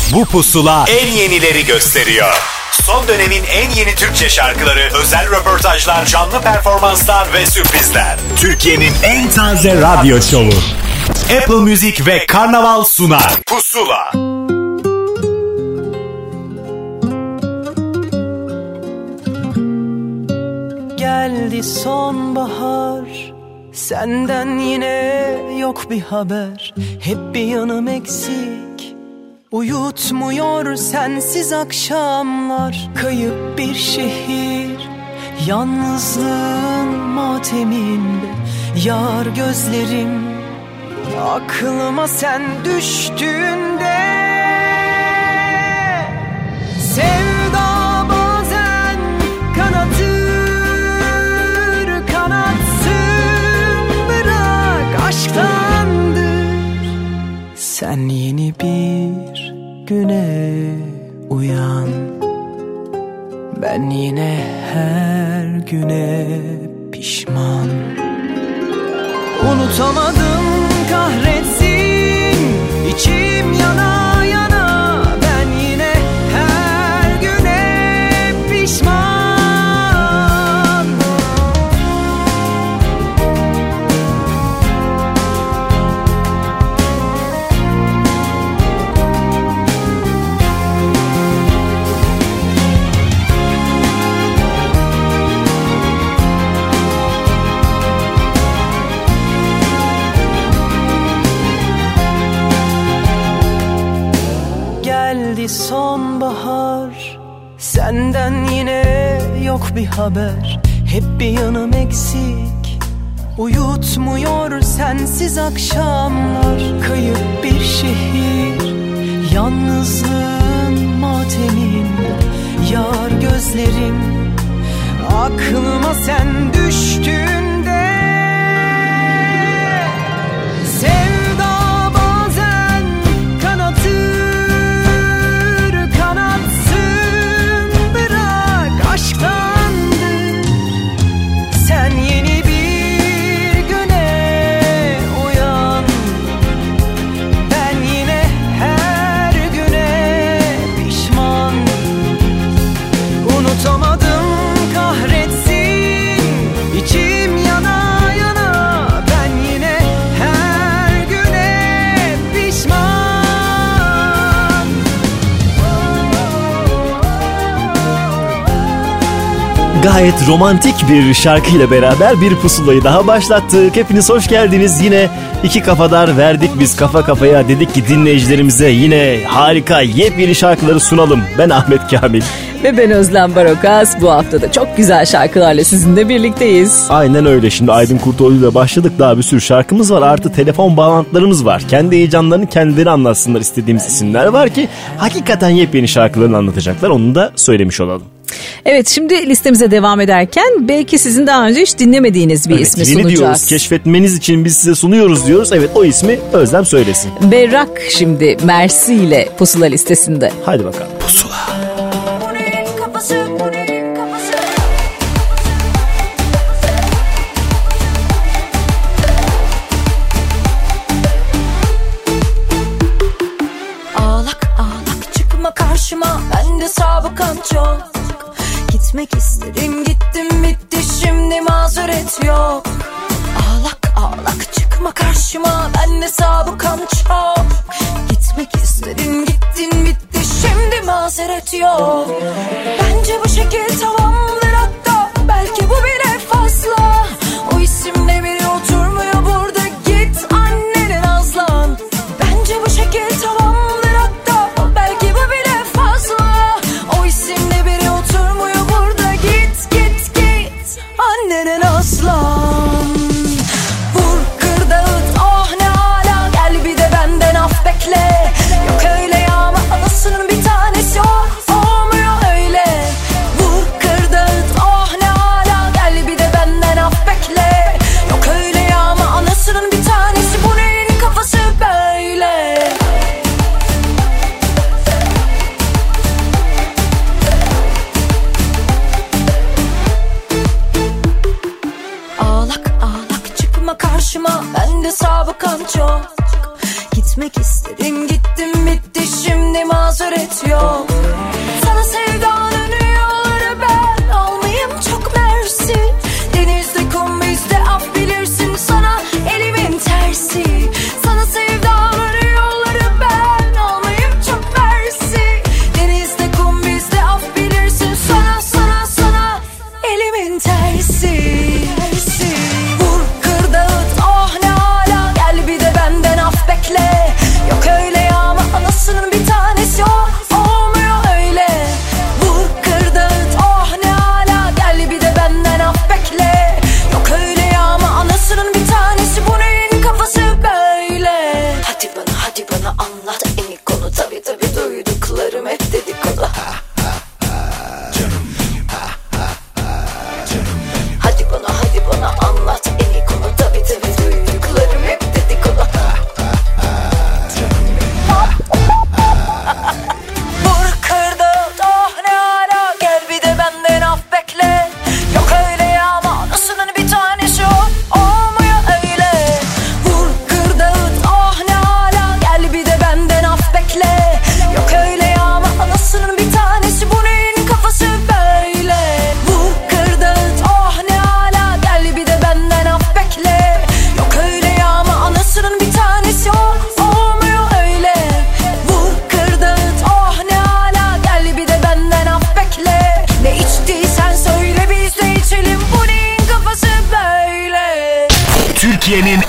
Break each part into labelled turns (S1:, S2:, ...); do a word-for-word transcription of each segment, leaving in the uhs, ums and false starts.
S1: Bu pusula en yenileri gösteriyor. Son dönemin en yeni Türkçe şarkıları, özel röportajlar, canlı performanslar ve sürprizler. Türkiye'nin en taze radyo şovu. Apple Music ve Karnaval sunar. Pusula.
S2: Geldi sonbahar, senden yine yok bir haber. Hep bir yanım eksik, uyutmuyor sensiz akşamlar. Kayıp bir şehir, yalnızlığın mateminde. Yar gözlerim, aklıma sen düştüğünde. Sevda bazen kanatır, kanatsın, bırak aşktandır. Sen yeni bir güne uyan, ben yine her güne pişman. Unutamadım, kahretsin, içim yana yana, ben yine her güne pişman. Sonbahar, senden yine yok bir haber. Hep bir yanım eksik, uyutmuyor sensiz akşamlar. Kayıp bir şehir, yalnızlığın mateminde. Yar gözlerim, aklıma sen düştüğünde. Sevda bazen kanatır, aşktandır. Sen yeni bir güne uyan, ben yine her güne pişman. Unutamadım, kahretsin, içim yana yana, ben yine her güne pişman.
S3: Gayet romantik bir şarkıyla beraber bir pusulayı daha başlattık. Hepiniz hoş geldiniz. Yine iki kafadar verdik biz kafa kafaya. Dedik ki dinleyicilerimize yine harika yepyeni şarkıları sunalım. Ben Ahmet Kamil.
S4: Ve ben Özlem Barokas. Bu hafta da çok güzel şarkılarla sizinle birlikteyiz.
S3: Aynen öyle. Şimdi Aydın Kurtoğlu ile başladık. Daha bir sürü şarkımız var. Artı telefon bağlantılarımız var. Kendi heyecanlarını kendileri anlatsınlar istediğimiz isimler var ki hakikaten yepyeni şarkılarını anlatacaklar. Onu da söylemiş olalım.
S4: Evet, şimdi listemize devam ederken belki sizin daha önce hiç dinlemediğiniz bir evet, ismi sunacağız.
S3: Diyoruz, keşfetmeniz için biz size sunuyoruz diyoruz. Evet, o ismi Özlem söylesin.
S4: Berrak şimdi Mersi ile Pusula listesinde.
S3: Hadi bakalım.
S1: Pusula.
S2: Ağlak ağlak çıkma karşıma, bende sabıkan çok. Gitmek istedim, gittim bitti, şimdi mazeret yok. Ağlak ağlak çıkma karşıma, bende sabıkan çok. Gitmek istedim, gittin bitti, şimdi mazeret yok. Bence bu şekil tamamdır, hatta belki bu bile fazla. O isimle biri oturmuyor burada, git annene nazlan. Bence bu şekil tamamdır, hatta belki bu bile fazla. O isimle biri oturmuyor burada, git git git annene nazlan. Vur kır dağıt, oh ne hala, gel bir de benden af bekle. Yok öyle ya, ama anasının bir tanesi yok, olmuyor öyle. Vur kır dağıt, oh ne hala, gel bir de benden af bekle. Yok öyle ya, ama anasının bir tanesi, bu neyin kafası böyle. Ağlak ağlak çıkma karşıma, bende sabıkan çok. Gitmek istedim, gittim bitti, şimdi mazeret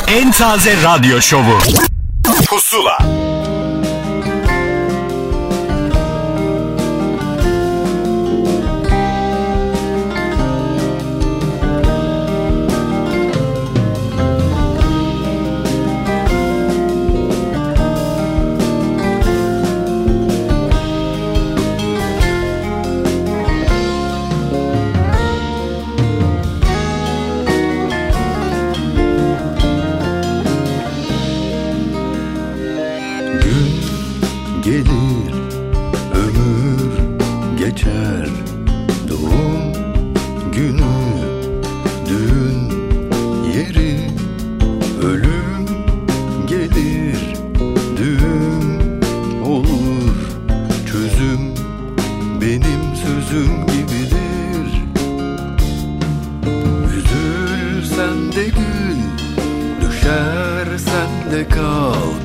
S1: en taze radyo şovu. Pusula.
S5: Gelir, ömür geçer, doğum günü, düğün yeri, ölüm gelir, düğüm olur, çözüm benim sözüm gibidir. Üzülsen de gül, düşersen de kalk.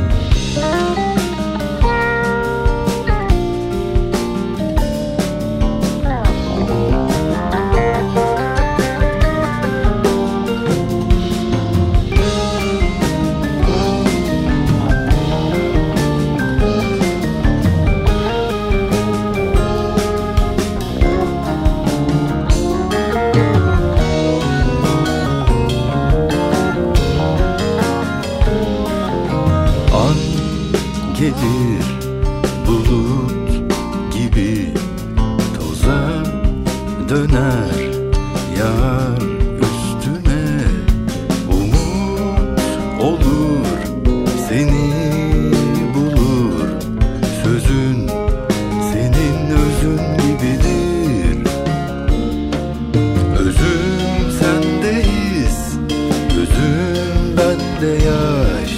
S5: Gelir bulut gibi toza döner, yağar üstüne, umut olur, seni bulur, sözün senin özün gibidir. Özüm sende his, gözün bende yaş.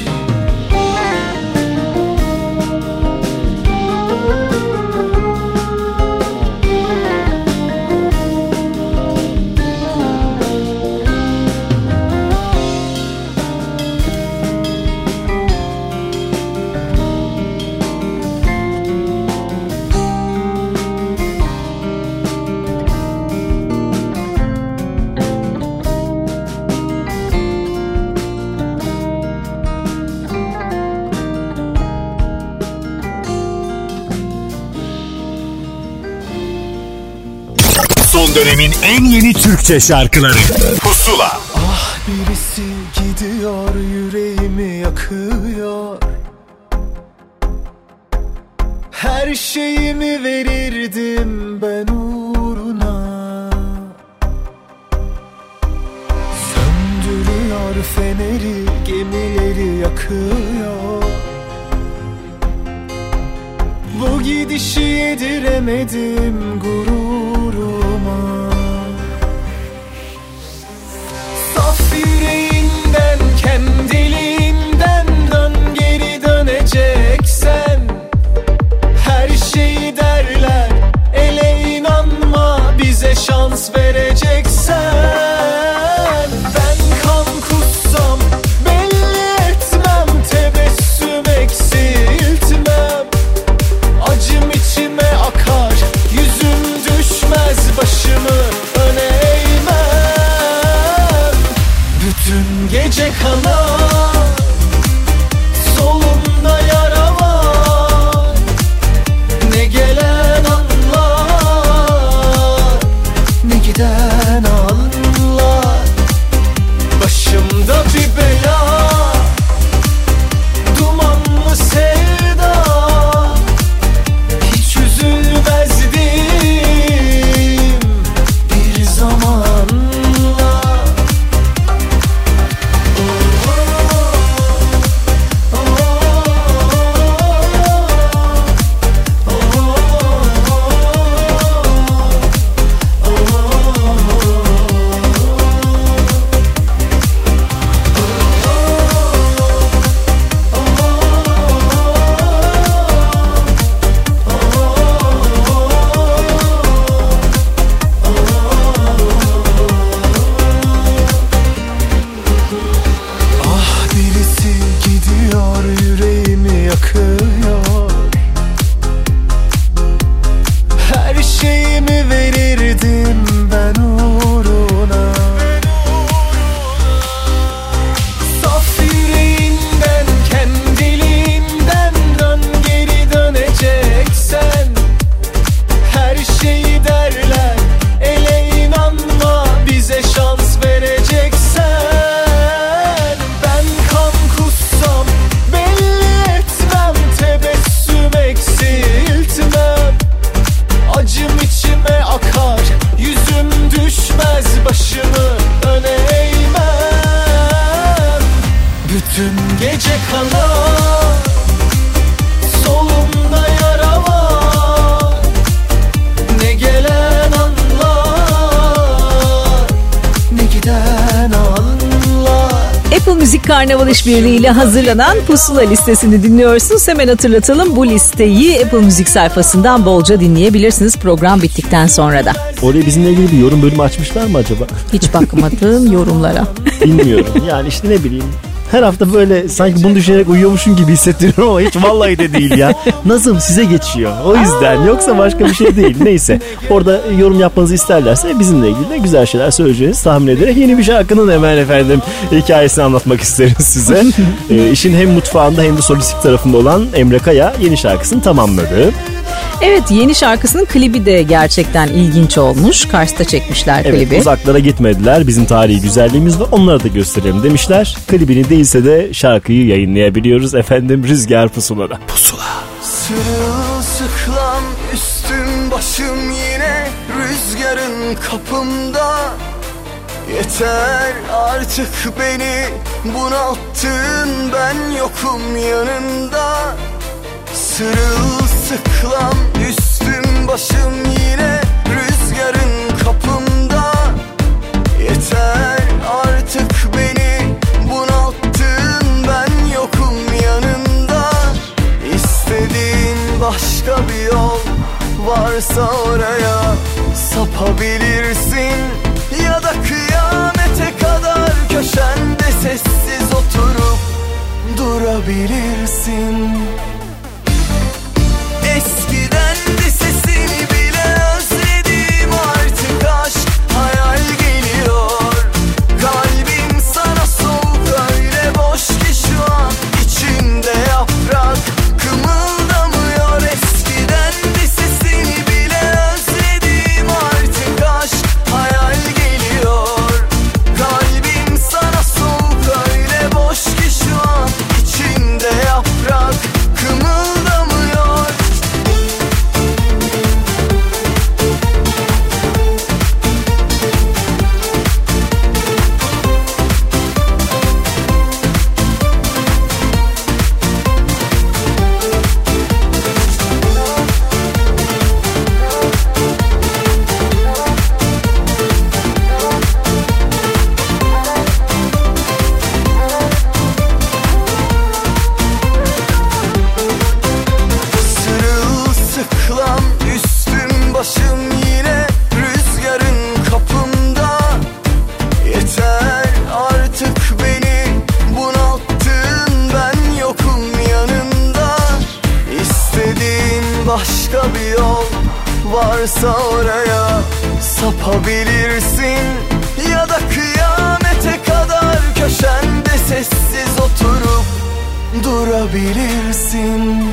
S1: Son dönemin en yeni Türkçe şarkıları Pusula.
S6: Ah, birisi gidiyor, yüreğimi yakıyor. Her şeyimi verirdim ben uğruna. Söndürüyor feneri, gemileri yakıyor. Bu gidişi yediremedim gururuma. Saf yüreğinden, kendiliğinden dön, geri döneceksen. Her şeyi derler, ele inanma, bize şans vereceksen. Ben kan kussam belli etmem, tebessüm eksiltmem. Acım içime akar, yüzüm düşmez, başımı öne eğmem. Bütün gece kanar, solumda yara var. Ne gelen anlar, ne giden
S4: Karnaval İşbirliği ile hazırlanan Pusula listesini dinliyorsunuz. Hemen hatırlatalım, bu listeyi Apple Müzik sayfasından bolca dinleyebilirsiniz program bittikten sonra da.
S3: Oraya bizimle ilgili bir yorum bölümü açmışlar mı acaba?
S4: Hiç bakmadığım yorumlara.
S3: Bilmiyorum. Yani işte ne bileyim. Her hafta böyle sanki bunu düşünerek uyuyormuşum gibi hissettiriyorum ama hiç vallahi de değil ya. Nazım size geçiyor. O yüzden, yoksa başka bir şey değil. Neyse, orada yorum yapmanızı isterlerse bizimle ilgili de güzel şeyler söyleyeceğinizi tahmin ederek yeni bir şarkının hemen efendim hikayesini anlatmak isteriz size. e, işin hem mutfağında hem de solistik tarafında olan Emre Kaya yeni şarkısını tamamladı.
S4: Evet, yeni şarkısının klibi de gerçekten ilginç olmuş. Kars'ta çekmişler klibi.
S3: Evet, uzaklara gitmediler. Bizim tarihi güzelliğimiz var, onlara da gösterelim demişler. Klibini değilse de şarkıyı yayınlayabiliyoruz efendim Rüzgar Pusula'da. Pusula.
S6: Sırılsıklam üstüm başım yine rüzgarın kapımda. Yeter artık beni bunalttın, ben yokum yanında. Sırılsıklam üstüm başım yine rüzgarın kapımda. Yeter artık beni bunalttın, ben yokum yanında. İstediğin başka bir yol varsa oraya sapabilirsin, ya da kıyamete kadar köşende sessiz oturup durabilirsin. Eskiden de sesini bile özledim, artık aşk hayal geliyor. Kalbim sana soğuk, öyle boş ki şu an içinde yaprak kımıldamıyor. Eskiden de sesini bile özledim, artık aşk hayal geliyor. Kalbim sana soğuk, öyle boş ki şu an içinde yaprak kımıldamıyor. Sırılsıklam üstüm başım yine rüzgarın kapımda. Yeter artık beni bunalttın, ben yokum yanında. İstediğin başka bir yol varsa oraya sapabilirsin, ya da kıyamete kadar köşende sessiz oturup durabilirsin.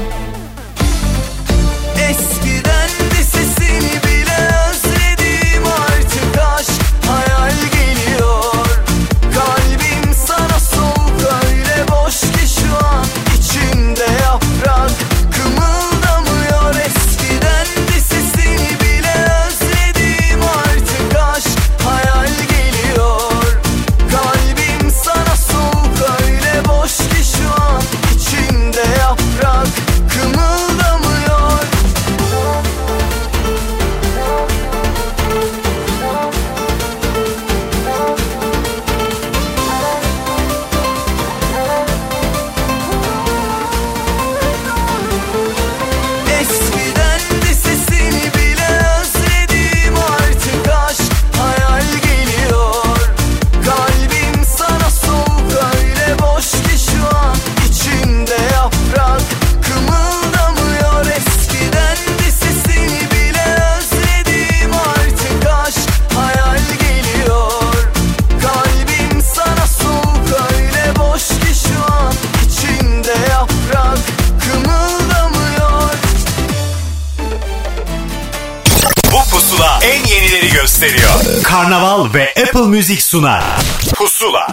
S6: Eskiden de sesini bile özledim, artık aşk hayal geliyor. Kalbim sana soğuk, öyle boş ki şu an içinde yaprak kımıldamıyor. Eskiden de sesini bile özledim, artık aşk hayal geliyor. Kalbim sana soğuk, öyle boş ki şu an içinde yaprak kımıldamıyor. Eskiden de sesini bile özledim, artık aşk hayal geliyor. Kalbim sana soğuk, öyle boş ki şu an içinde yaprak kımıldamıyor. Eskiden de sesini bile özledim, artık aşk hayal geliyor. Kalbim sana soğuk, öyle boş ki şu an içinde yaprak kımıldamıyor.
S1: Bu pusula en yenileri gösteriyor. Karnaval ve Apple Müzik sunar. Pusula.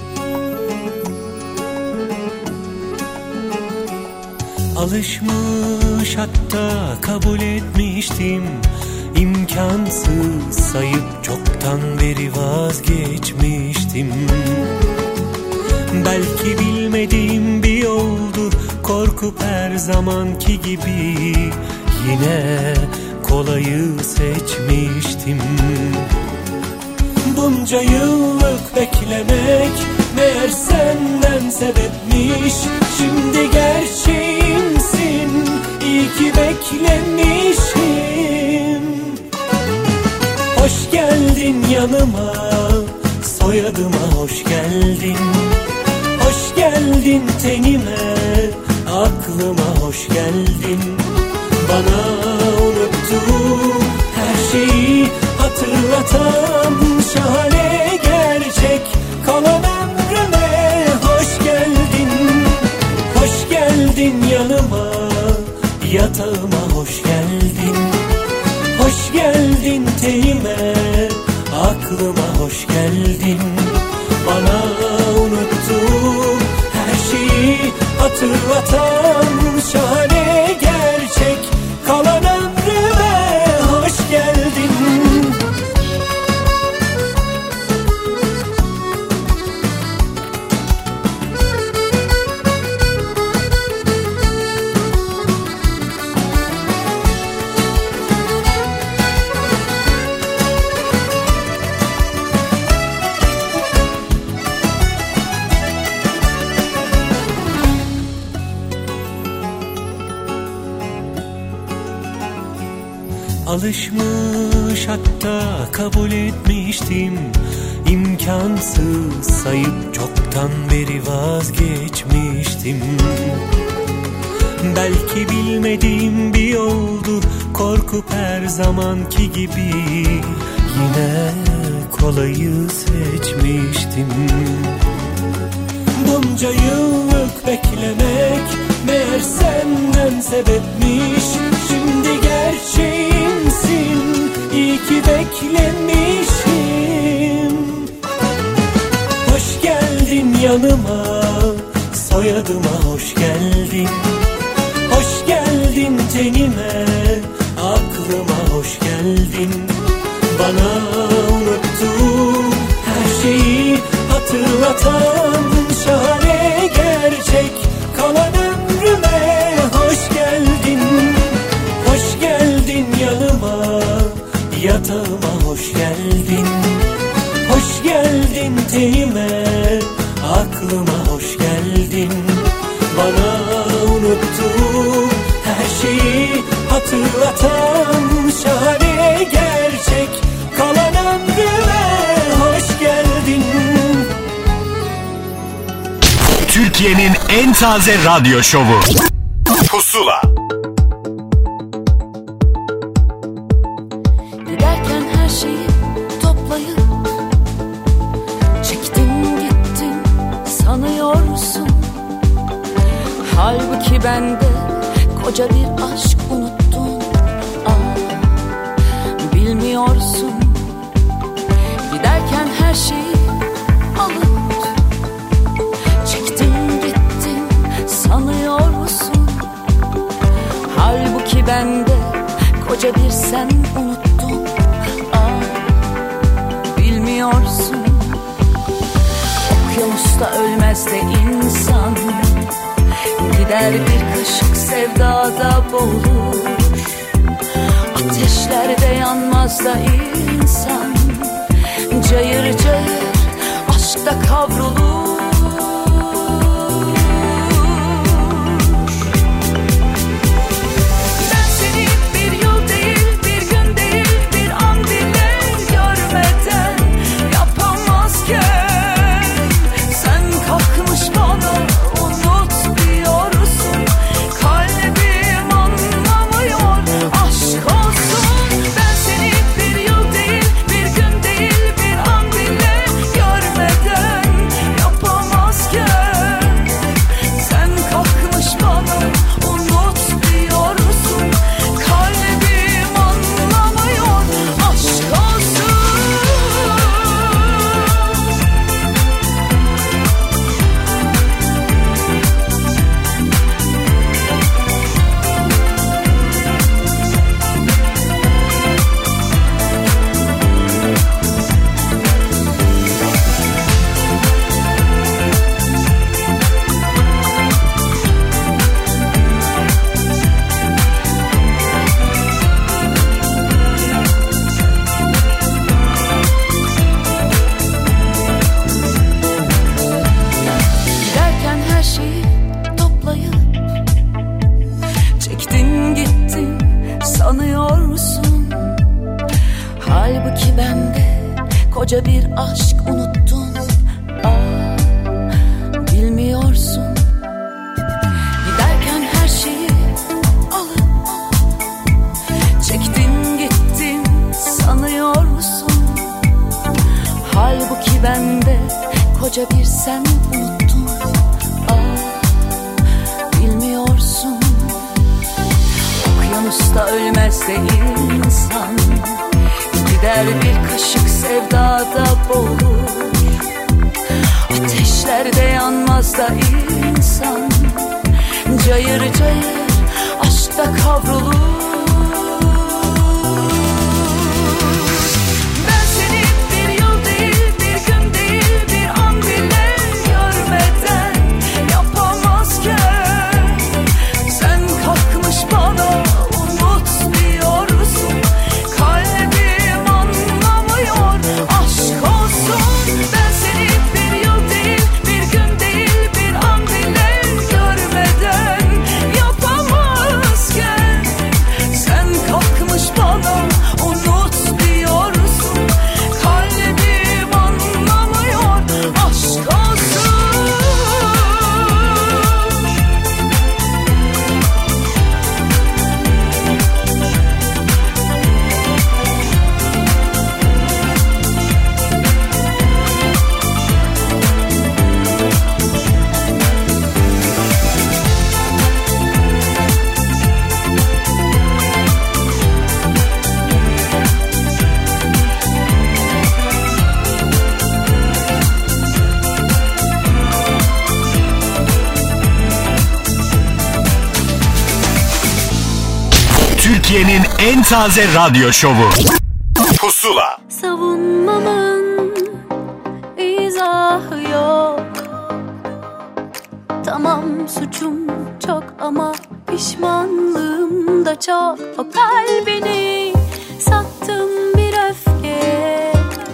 S7: Alışmış, hatta kabul etmiştim, İmkansız sayıp çoktan beri vazgeçmiştim. Belki bilmediğim bir yoldu, korkup her zamanki gibi yine kolayı seçmiştim. Bunca yıllık beklemek meğer senden sebepmiş. Şimdi gerçeğimsin, iyi ki beklemişim. Hoş geldin yanıma, soyadıma hoş geldin. Hoş geldin tenime, aklıma hoş geldin. Bana unuttuğum her şeyi hatırlatan şahane gerçek kalan ömrüme hoş geldin. Hoş geldin yanıma, yatağıma hoş geldin. Hoş geldin tenime, aklıma hoş geldin. Bana unuttuğum her şeyi hatırlatan şahane gerçek kalan ömrüme hoş geldin. Alışmış hatta kabul etmiştim, imkansız sayıp çoktan beri vazgeçmiştim. Belki bilmediğim bir yoldu, korkup her zamanki gibi yine kolayı seçmiştim. Bunca yıllık beklemek meğer senden sebepmiş. Şimdi gerçeğimsin, iyi ki beklemişim. Hoş geldin yanıma, soyadıma hoş geldin. Hoş geldin tenime, aklıma hoş geldin. Bana unuttuğum her şeyi hatırlatan şahane gerçek kalan ömrüme hoş geldin. Hoş geldin yanıma, yatağıma hoş geldin. Hoş geldin tenime, aklıma hoş geldin. Bana unuttuğum her şeyi hatırlatan şahane gerçek kalan ömrüme hoş geldin.
S1: Türkiye'nin en taze radyo şovu Pusula.
S2: Giderken her şeyi toplayıp çektin gittin sanıyorsun. Halbuki bende koca bir aşk unuttun. Ah, bilmiyorsun. Giderken her şeyi alıp çektin gittin sanıyorsun. Halbuki bende koca bir sen unuttun. Ah, bilmiyorsun. Okyanusta ölmez de insan, gider bir kaşık sevdada boğulur. Ateşlerde yanmaz da insan, cayır cayır aşkta kavrulur. Ben seni bir yıl değil, bir gün değil, bir an bile görmeden yapamazken sen kalkmış bana unut diyorsun. Kalbim anlamıyor, aşk olsun. Ben seni bir yıl değil, bir gün değil, bir an bile koca bir aşk unuttun. Aa, bilmiyorsun. Giderken her şeyi alıp çektin gittin sanıyorsun. Halbuki ben de koca bir sen unuttun. Aa, bilmiyorsun. Okyanusta ölmez de insan, gider bir kaşık sevdada boğulur. Ateşlerde yanmaz da insan, cayır cayır aşkta kavrulur. Ben seni bir yıl değil, bir gün değil, bir an bile görmeden yapamazken, sen kalkmış bana umut diyorsun. Kalbim anlamıyor, aşk olsun. Ben seni bir yıl değil, bir gün değil, bir an bile görmeden yapamazken, sen kalkmış bana unut diyorsun. Kalbim anlamıyor, aşk olsun.
S1: Türkiye'nin en taze radyo şovu Pusula.
S2: Savunmamın izahı yok. Tamam suçum çok ama pişmanlığım da çok. O kalbini sattım bir öfke,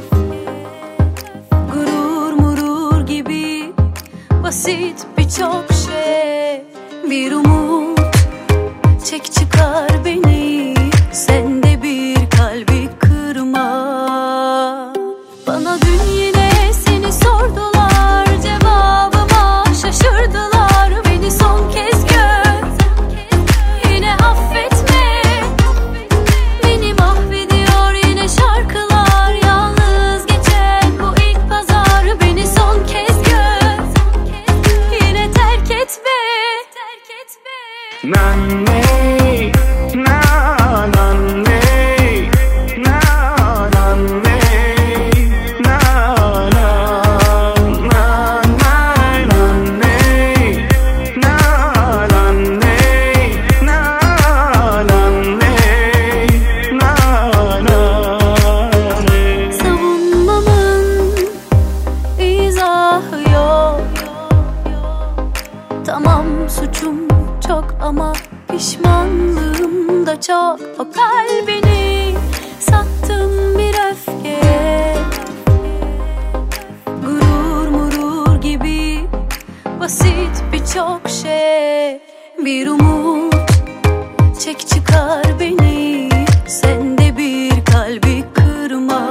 S2: gurur murur gibi basit birçok şey. Bir umut çek çıkar beni, sen de bir kalbi kırma. Bana dün yine seni sordular, cevabıma şaşırdılar. Beni son kez gör, yine affetme. Beni mahvediyor yine şarkılar, yalnız geçen bu ilk pazar. Beni son kez gör, yine terk etme.
S6: Nanne, na nanne, na nanne, na na na na nanne, na nanne, na nanne, na nanne.
S2: Savunmamın izahı yok. Tamam suçum çok ama pişmanlığım da çok. O kalbini sattım bir öfke, gurur murur gibi basit birçok şey. Bir umut çek çıkar beni, sen de bir kalbi kırma.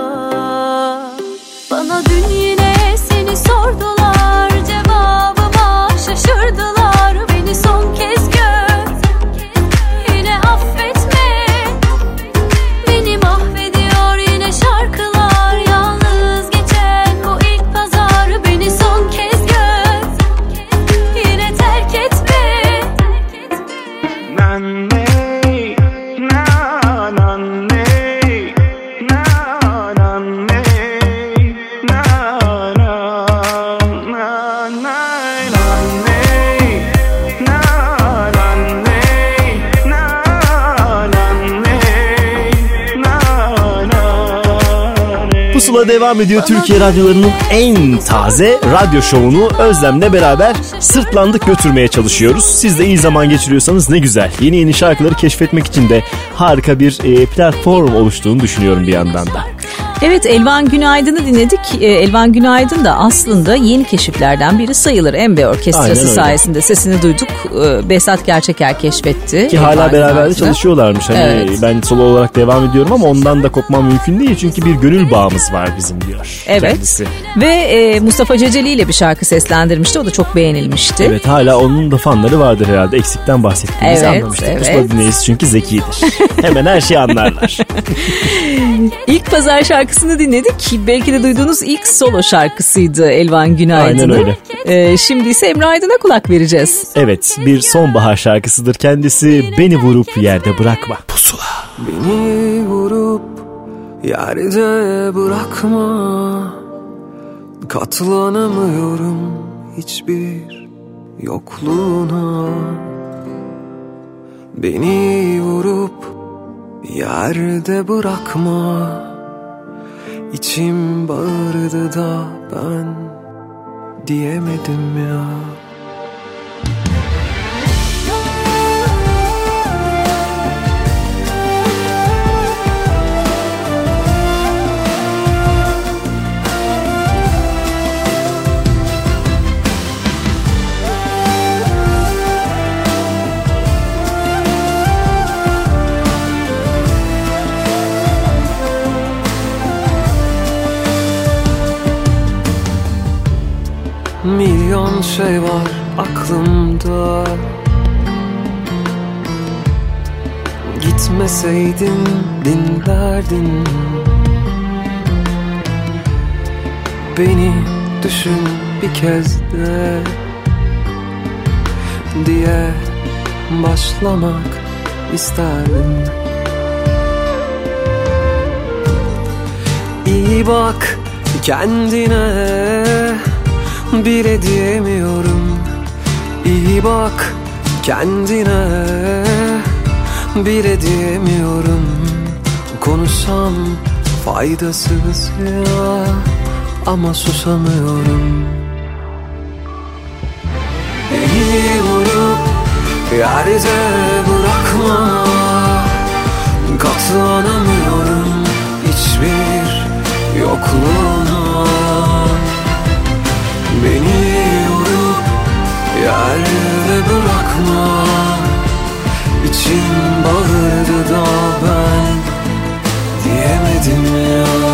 S2: Bana dün yine seni sordular, cevabıma şaşırdılar. Beni son kez gör, yine affetme. Beni mahvediyor yine şarkılar, yalnız geçen bu ilk pazar. Beni son kez gör, yine terk etme.
S6: Nanne, na nanne, na nanne, na na na na nanne, na nanne, na nanne, na nanne.
S3: Pusula devam ediyor. Türkiye radyolarının en taze radyo şovunu Özlem'le beraber sırtlandık götürmeye çalışıyoruz. Siz de iyi zaman geçiriyorsanız ne güzel. Yeni yeni şarkıları keşfetmek için de harika bir e, platform oluştuğunu düşünüyorum bir yandan da.
S4: Evet, Elvan Günaydın'ı dinledik. Ee, Elvan Günaydın da aslında yeni keşiflerden biri sayılır. Embe Orkestrası sayesinde sesini duyduk. Ee, Behzat Gerçeker keşfetti.
S3: Ki hala beraber de çalışıyorlarmış. Hani evet. Ben solo olarak devam ediyorum ama ondan da kopmam mümkün değil. Çünkü bir gönül bağımız var bizim diyor
S4: evet.
S3: kendisi.
S4: Ve e, Mustafa Ceceli ile bir şarkı seslendirmişti. O da çok beğenilmişti.
S3: Evet, hala onun da fanları vardır herhalde. Eksikten bahsettiğimizi evet, anlamıştık. Evet. Pusula dinleyicisi çünkü zekidir. Hemen her şeyi anlarlar.
S4: İlk pazar şarkısını dinledik. Belki de duyduğunuz ilk solo şarkısıydı Elvan Günaydın'ın.
S3: Aynen öyle.
S4: Ee, şimdi ise Emre Aydın'a kulak vereceğiz.
S3: Evet, bir sonbahar şarkısıdır kendisi. Beni vurup yerde bırakma. Pusula.
S8: Beni vurup yerde bırakma. Katlanamıyorum hiçbir yokluğuna. Beni vurup yerde bırakma. İçim bağırdı da ben diyemedim ya. Milyon şey var aklımda. Gitmeseydin dinlerdin. Beni düşün bir kez de diye başlamak isterdim. İyi bak kendine, bile diyemiyorum. İyi bak kendine, bile diyemiyorum. Konuşsam faydasız ya, ama susamıyorum. Beni vurup yerde bırakma. Katlanamıyorum hiçbir yokluğuna. Beni vurup yerde bırakma. İçim bağırdı da ben diyemedim ya.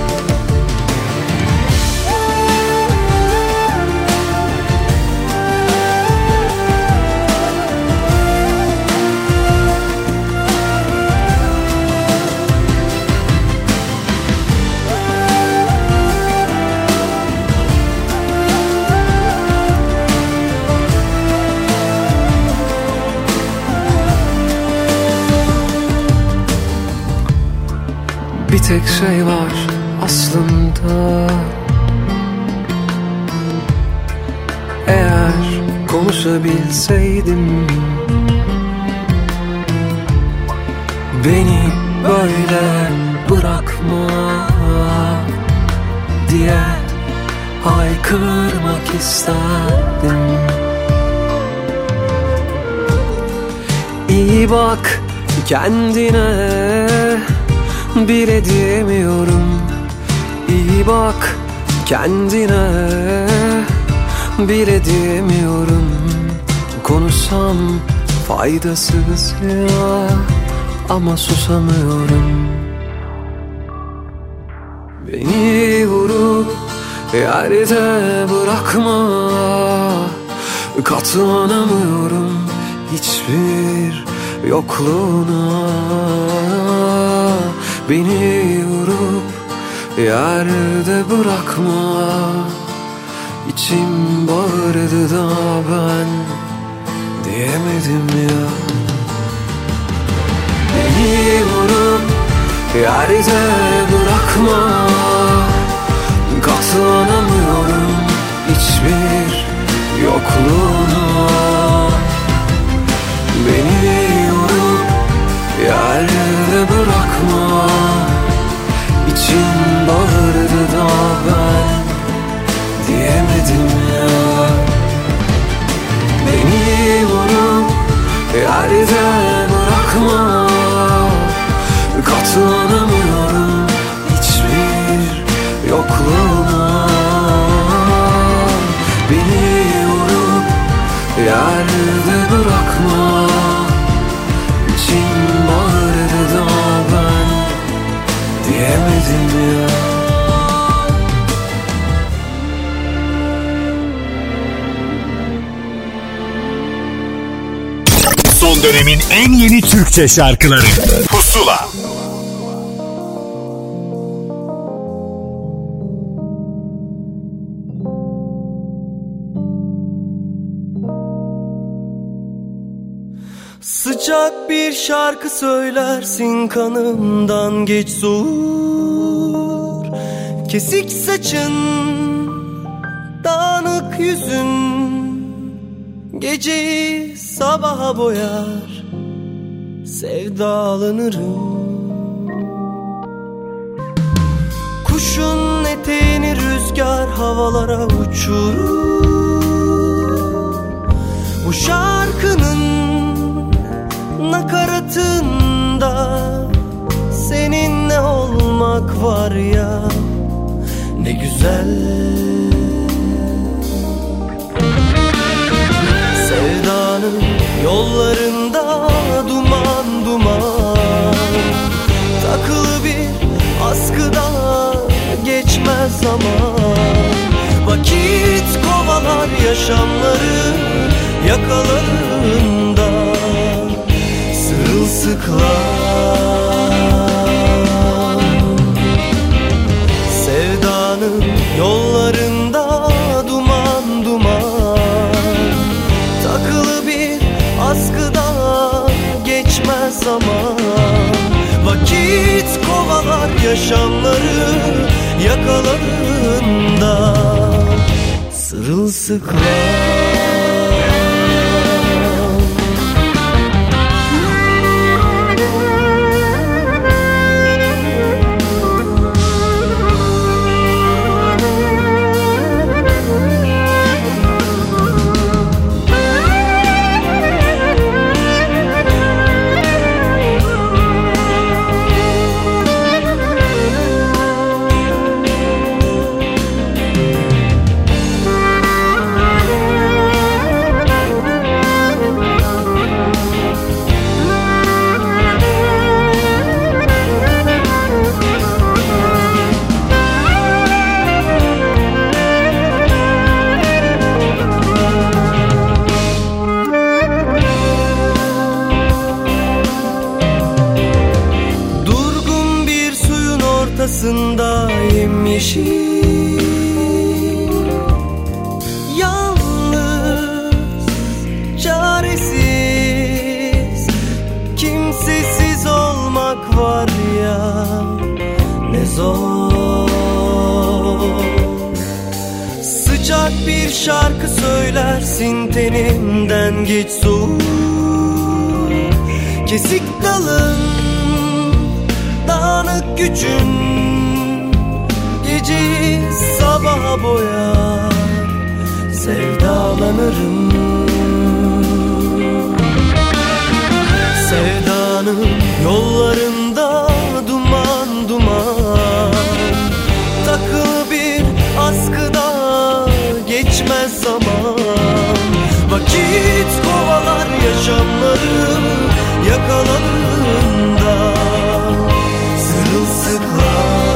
S8: Bir tek şey var aslında. Eğer konuşabilseydim, beni böyle bırakma diye haykırmak isterdim. İyi bak kendine, bile diyemiyorum. İyi bak kendine, bile diyemiyorum. Konuşsam faydasız ya, ama susamıyorum. Beni vurup yerde bırakma. Katlanamıyorum hiçbir yokluğuna. Beni vurup yerde bırakma. İçim bağırdı da ben diyemedim ya. Beni vurup yerde bırakma. Katlanamıyorum hiçbir yokluğuna. Beni vurup yerde bırakma. İçim bağırdı da ben diyemedim ya. Beni vurup yerde bırakma. Katlanamıyorum hiçbir
S1: dönemin en yeni Türkçe şarkıları Pusula.
S6: Sıcak bir şarkı söylersin, kanımdan geç soğur. Kesik saçın, dağınık yüzün geceyi sabaha boyar. Sevdalanırım. Kuşun eteğini rüzgar havalara uçurur. Bu şarkının nakaratında seninle olmak var ya, ne güzel. Sevdanın yollarında duman duman, takılı bir askıda geçmez zaman. Vakit kovalar yaşamları yakalarında, sırılsıklam. Sevdanın yollarında duman duman, takılı bir askıda geçmez zaman. Vakit kovalar yaşamları yakalarında, sırılsıklam. Yemyeşil, yalnız, çaresiz, kimsesiz olmak var ya, ne zor. Sıcak bir şarkı söylersin, tenimden geç soğur. Kesik dalın, dağınık gücün geceyi sabaha boyar. Sevdalanırım. Sevdanın yollarında duman duman, takılı bir askıda geçmez zaman. Vakit kovalar yaşamları yakalarında, sırılsıklam.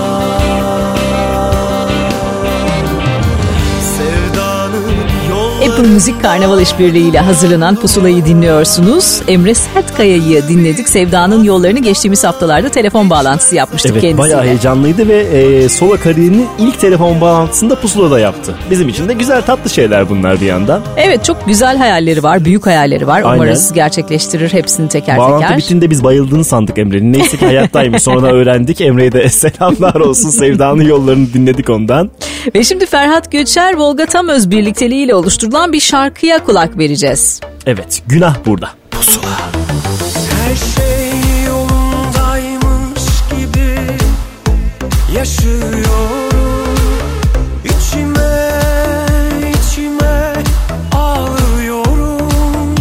S4: Apple Müzik Karnaval işbirliğiyle hazırlanan Pusula'yı dinliyorsunuz. Emre Sertkaya'yı dinledik. Sevda'nın yollarını geçtiğimiz haftalarda telefon bağlantısı yapmıştık
S3: evet,
S4: kendisiyle.
S3: Evet, bayağı heyecanlıydı ve e, solo kariyerinin ilk telefon bağlantısında Pusula'da yaptı. Bizim için de güzel, tatlı şeyler bunlar bir yandan.
S4: Evet, çok güzel hayalleri var, büyük hayalleri var. Aynen. Umarız gerçekleştirir hepsini teker
S3: Bağlantı
S4: teker.
S3: Bağlantı bittiğinde biz bayıldığını sandık Emre'nin. Neyse ki hayattaymış. Sonra öğrendik. Emre'ye de selamlar olsun. Sevda'nın yollarını dinledik ondan.
S4: Ve şimdi Ferhat Göçer, Volga Tamöz birlikteliğiyle oluşturulan bir şarkıya kulak vereceğiz.
S3: Evet, günah burada. Pusula.
S8: Her şey yolundaymış gibi yaşıyorum. İçime içime ağlıyorum.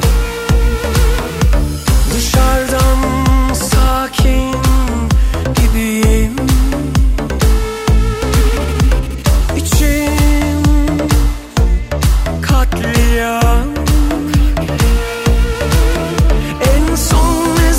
S8: Dışarıdan sakin gibiyim. İçim katliam. En son ne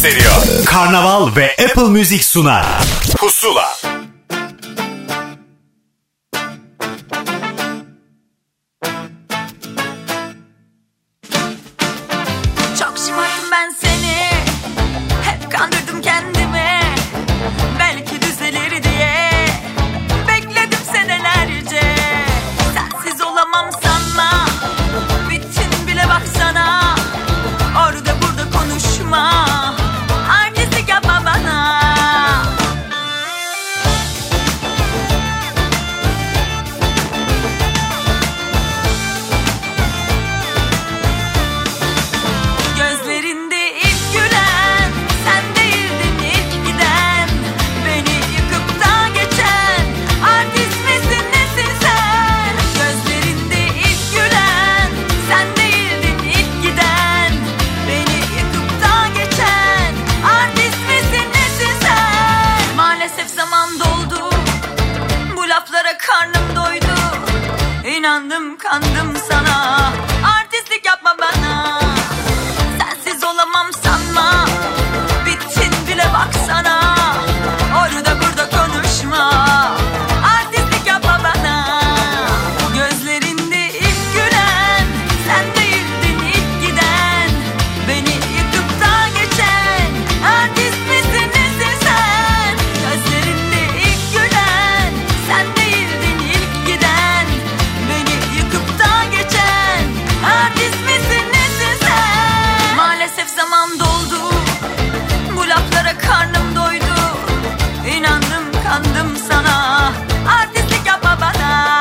S1: gösteriyor. Karnaval ve Apple Music sunar. Pusula.
S2: Çok şımarttım ben seni, hep kandırdım kendimi. Belki düzelir diye bekledim senelerce. Sensiz olamam sanma, bittin bile baksana. Orada burada konuşma, artistlik yapma bana. Gözlerinde ilk gülen sen değildin, ilk giden. Beni yıkıp da geçen artist misin, nesin sen? Gözlerinde ilk gülen sen değildin, ilk giden. Beni yıkıp da geçen artist misin, nesin sen? Maalesef zaman doldu, bu laflara karnım doydu. İnandım kandım sana, artistlik yapma bana. Sensiz olamam sanma, bittin bile baksana. Orada burada konuşma, artistlik yapma bana. Gözlerinde ilk gülen sen değildin, ilk giden. Beni yıkıp da geçen artist misin, nesin sen? Gözlerinde ilk gülen sen değildin, ilk giden. Beni yıkıp da geçen artist misin, nesin sen? Maalesef zaman doldu, bu laflara karnım doydu. İnandım kandım sana, artistlik yapma bana.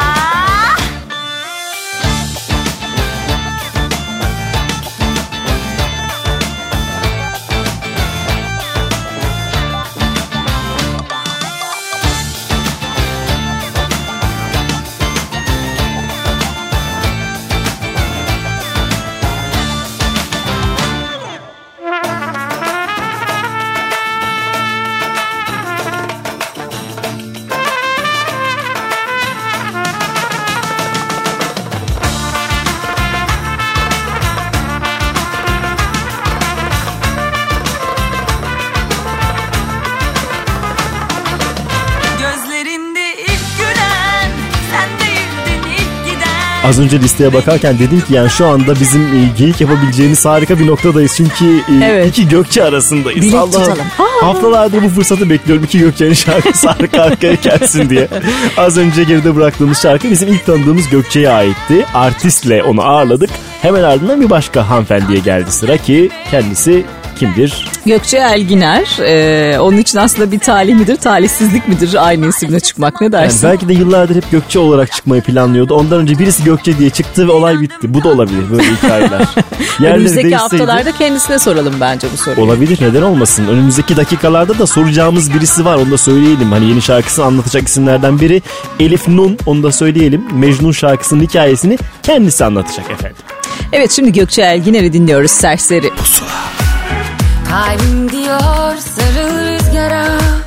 S2: Gözlerinde ilk gülen sen değildin, ilk giden.
S3: Az önce listeye bakarken dedim ki yani şu anda bizim e, geyik yapabileceğimiz harika bir noktadayız. Çünkü e,
S4: Evet.
S3: iki Gökçe arasındayız.
S4: Bilek
S3: Allah'ım,
S4: tutalım. Ha.
S3: haftalardır bu fırsatı bekliyorum. İki Gökçe'nin şarkısı arka arkaya gelsin diye. Az önce geride bıraktığımız şarkı bizim ilk tanıdığımız Gökçe'ye aitti. Artistle onu ağırladık. Hemen ardından bir başka hanımefendiye geldi sıra ki kendisi kimdir?
S4: Gökçe Elginer. Ee, onun için aslında bir talih midir, talihsizlik midir aynı isimle çıkmak, ne
S3: Yani
S4: dersin?
S3: belki de yıllardır hep Gökçe olarak çıkmayı planlıyordu. Ondan önce birisi Gökçe diye çıktı ve olay bitti. Bu da olabilir böyle hikayeler. Yerleri
S4: Önümüzdeki
S3: değişseydi-
S4: haftalarda kendisine soralım bence bu soruyu.
S3: Olabilir, neden olmasın. Önümüzdeki dakikalarda da soracağımız birisi var, onu da söyleyelim. Hani yeni şarkısını anlatacak isimlerden biri Elif Nun, onu da söyleyelim. Mecnun şarkısının hikayesini kendisi anlatacak efendim.
S4: Evet, şimdi Gökçe Elginer'i dinliyoruz, Serseri.
S2: Kalbim diyor sarıl rüzgara,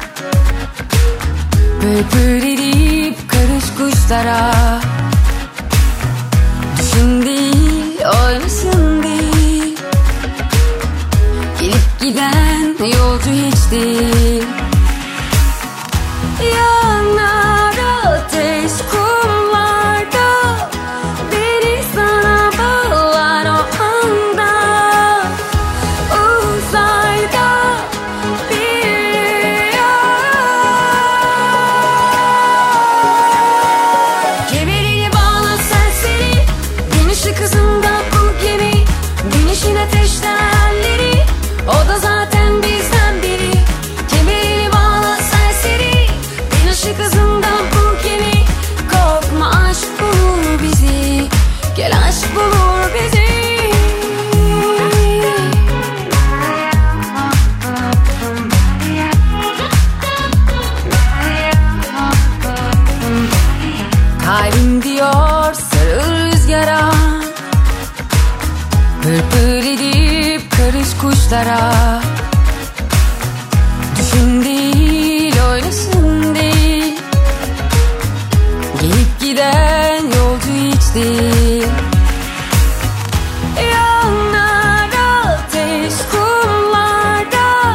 S2: bülbül edip karış kuşlara. Düşün değil, oynasın değil, gelip giden yolcu hiç değil. Yanar ateş kumlarda, beni sana bağlar o anda. Uzayda bir yar. Kemerini bağla serseri, gün ışık hızında bu gemi. Güneşin ateşten elleri, o da zaten bizden biri. Kemerini bağla serseri, gün ışık hızında bu gemi. Korkma, aşk bulur bizi, gel aşk bulur bizi. Kalbim diyor sarıl rüzgara, pırpır edip karış kuşlara. Düşün değil, oynasın değil, gelip giden yolcu hiç değil. Yanar ateş kumlarda,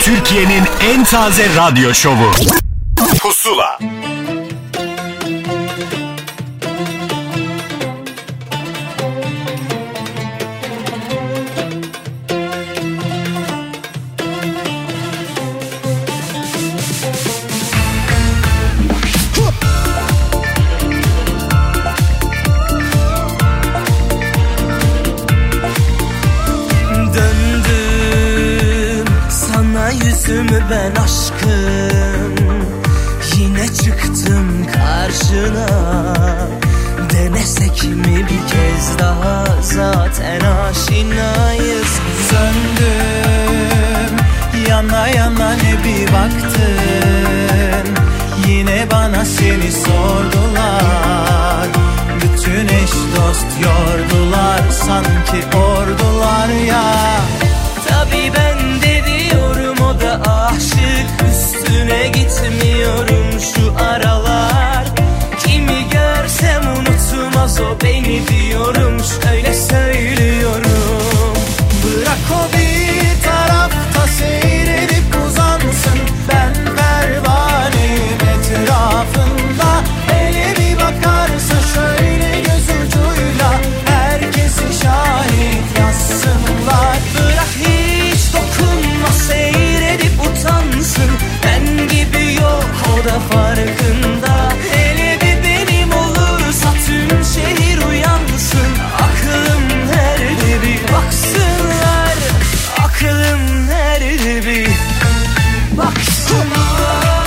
S1: Türkiye'nin en taze radyo şovu. Pusula.
S6: Yüzümü ben aşkım, yine çıktım karşına. Denesek mi bir kez daha, zaten aşinayız.
S9: Söndüm, yana yana ne bir baktın, yine bana seni sordular. Bütün eş dost yordular, sanki ordular ya.
S6: Tabii ben de diyorum, o da aşık. Üstüne gitmiyorum şu aralar. Kimi görsem unutmaz o beni diyorum. Şöyle söylüyorum:
S9: bırak o bir tarafta seyredip uzansın. Ben pervaneyim etrafında. Hele bir bakarsa şöyle göz ucuyla, herkesi şahit yazsınlar.
S6: Bırak hiç dokunma, seyredip utansın. Ben gibi yok, o da farkında. Hele bir benim olursa tüm şehir uyansın. Aklım nerede bir baksınlar. Aklım nerede bir baksınlar.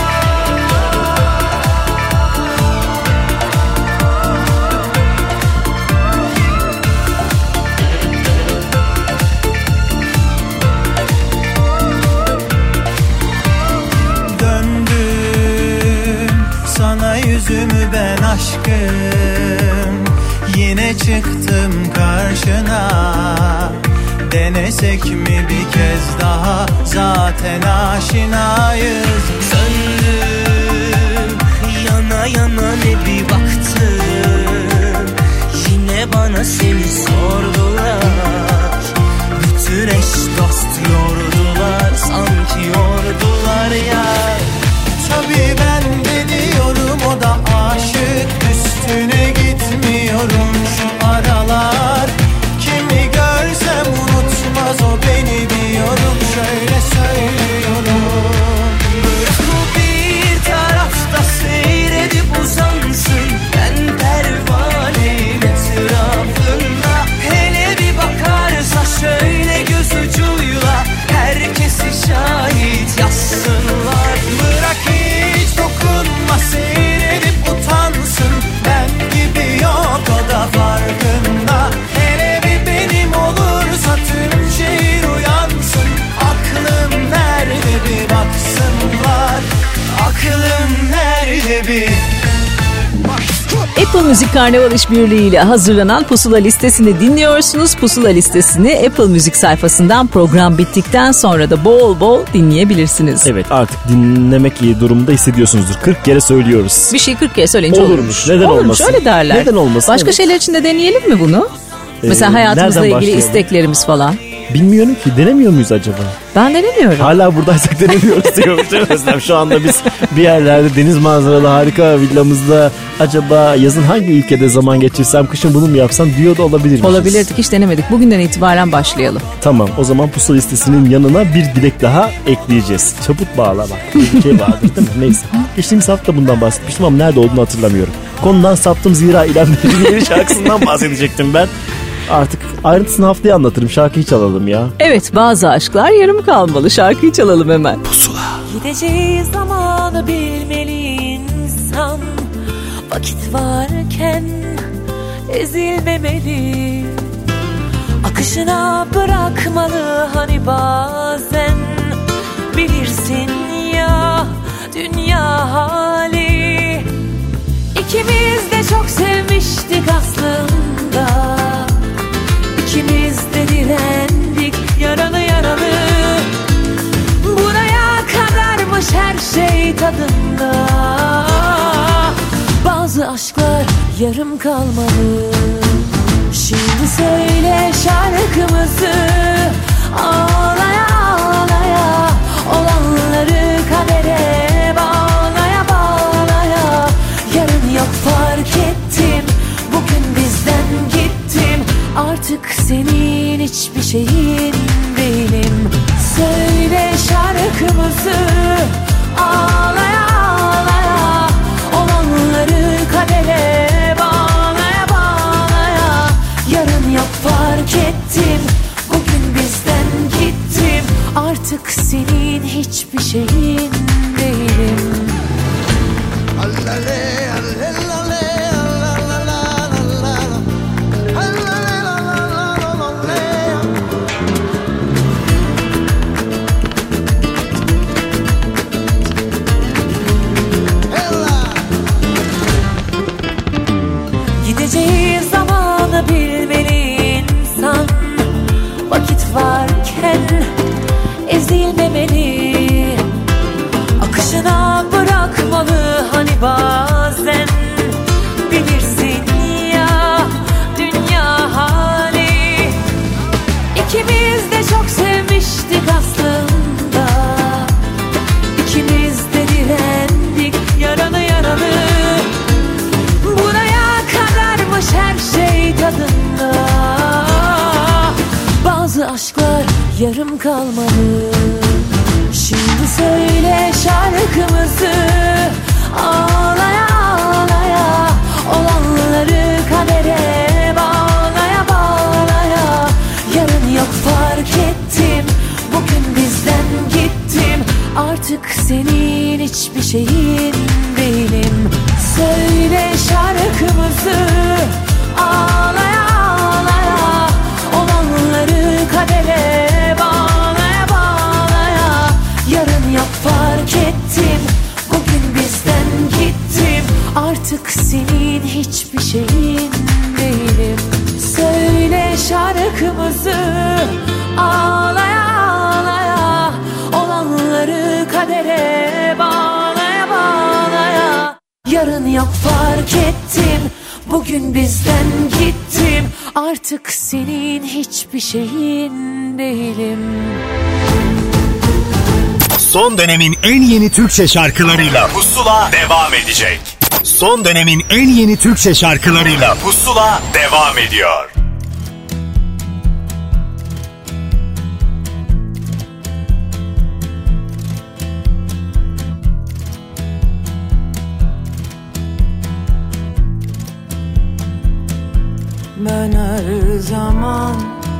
S9: Yüzümü ben aşkım, yine çıktım karşına. Denesek mi bir kez daha, zaten aşinayız.
S6: Söndüm, yana yana ne bir baktım, yine bana seni sordular. Bütün eş dost yordular, sanki yordular ya.
S9: Tabii ben de diyorum, o da aşık. Üstüne gitmiyorum şu aralar. Kimi görsem unutmaz o beni diyorum. Şöyle söylüyorum:
S6: bırak o bir tarafta seyredip uzansın. Ben pervaneyim etrafında. Hele bir bakarsa şöyle göz ucuyla, herkesi şahit yazsınlar.
S9: Bırak hiç dokunma, seyredip utansın. Ben gibi yok, o da farkında. Hele bir benim olursa tüm şehir uyansın. Aklım nerede bir baksınlar. Aklım nerede bir.
S4: Apple Müzik Karnaval İşbirliği ile hazırlanan Pusula listesini dinliyorsunuz. Pusula listesini Apple Müzik sayfasından program bittikten sonra da bol bol dinleyebilirsiniz.
S3: Evet, artık dinlemek iyi durumda hissediyorsunuzdur. kırk kere söylüyoruz.
S4: Bir şey kırk kere söyleyince olurmuş.
S3: Olurmuş. Neden
S4: olurmuş,
S3: olmasın?
S4: öyle derler.
S3: Neden olmasın?
S4: Başka
S3: evet.
S4: şeyler için de deneyelim mi bunu?
S3: Ee,
S4: Mesela hayatımızla
S3: nereden
S4: ilgili
S3: başlayalım?
S4: isteklerimiz falan.
S3: Bilmiyorum ki, denemiyor muyuz acaba?
S4: Ben denemiyorum.
S3: Hala buradaysak denemiyoruz diyormuş. Özlem, şu anda biz bir yerlerde deniz manzaralı harika villamızda, acaba yazın hangi ülkede zaman geçirsem, kışın bunu mu yapsam diyor da olabilir.
S4: Olabilirdik, hiç denemedik. Bugünden itibaren başlayalım.
S3: Tamam, o zaman pusula listesinin yanına bir dilek daha ekleyeceğiz. Çabuk bağla bak. Bir şey vardır değil mi? Neyse. Geçtiğimiz hafta bundan bahsetmiştim ama nerede olduğunu hatırlamıyorum. Konudan saptım, zira İrem Derici'nin yeni şarkısından bahsedecektim ben. Artık ayrıntısını haftaya anlatırım. Şarkıyı çalalım ya.
S4: Evet, bazı aşklar yarım kalmalı. Şarkıyı çalalım hemen.
S3: Pusula.
S2: Gideceği zamanı bilmeli insan. Vakit varken ezilmemeli. Akışına bırakmalı hani bazen. Bilirsin ya dünya hali. İkimiz de çok sevmiştik aslında. İkimiz de direndik yaralı yaralı. Buraya kadarmış her şey tadında. Bazı aşklar yarım kalmalı. Şimdi söyle şarkımızı, ağlaya ağlaya olan senin hiçbir şeyin değilim. Söyle şarkımızı ağlaya ağlaya, olanları kadere bağlaya bağlaya. Yarın yok fark ettim, bugün bizden gittim. Artık senin hiçbir şeyin değilim. Allale, allale. Gideceği zamanı bilmeli insan. Vakit varken ezilmemeli, akışına bırakmalı hani bazen. Bilirsin ya dünya hali, İkimiz de çok sevmiştik aslında. İkimiz de direndik yaralı yaralı. Buraya kadarmış her şey tadında. Bazı aşklar yarım kalmalı. Şimdi söyle şarkımızı ağlaya ağlaya, olanları kadere bağlaya bağlaya. Yarın yok fark ettim, bugün bizden gittim. Artık senin hiçbir şeyin değilim. Söyle şarkımızı ağlaya ağlaya, olanları kadere bağlaya bağlaya. Yarın yok fark ettim, bugün bizden gittim. Artık senin hiçbir şeyin değilim. Söyle şarkımızı ağlaya ağlaya, olanları kadere bağlaya bağlaya. Yarın yok fark ettim, bugün bizden gittim. Artık senin hiçbir şeyin değilim.
S1: Son dönemin en yeni Türkçe şarkılarıyla Pusula devam edecek. Son dönemin en yeni Türkçe şarkılarıyla Pusula devam ediyor.
S8: Ben her zaman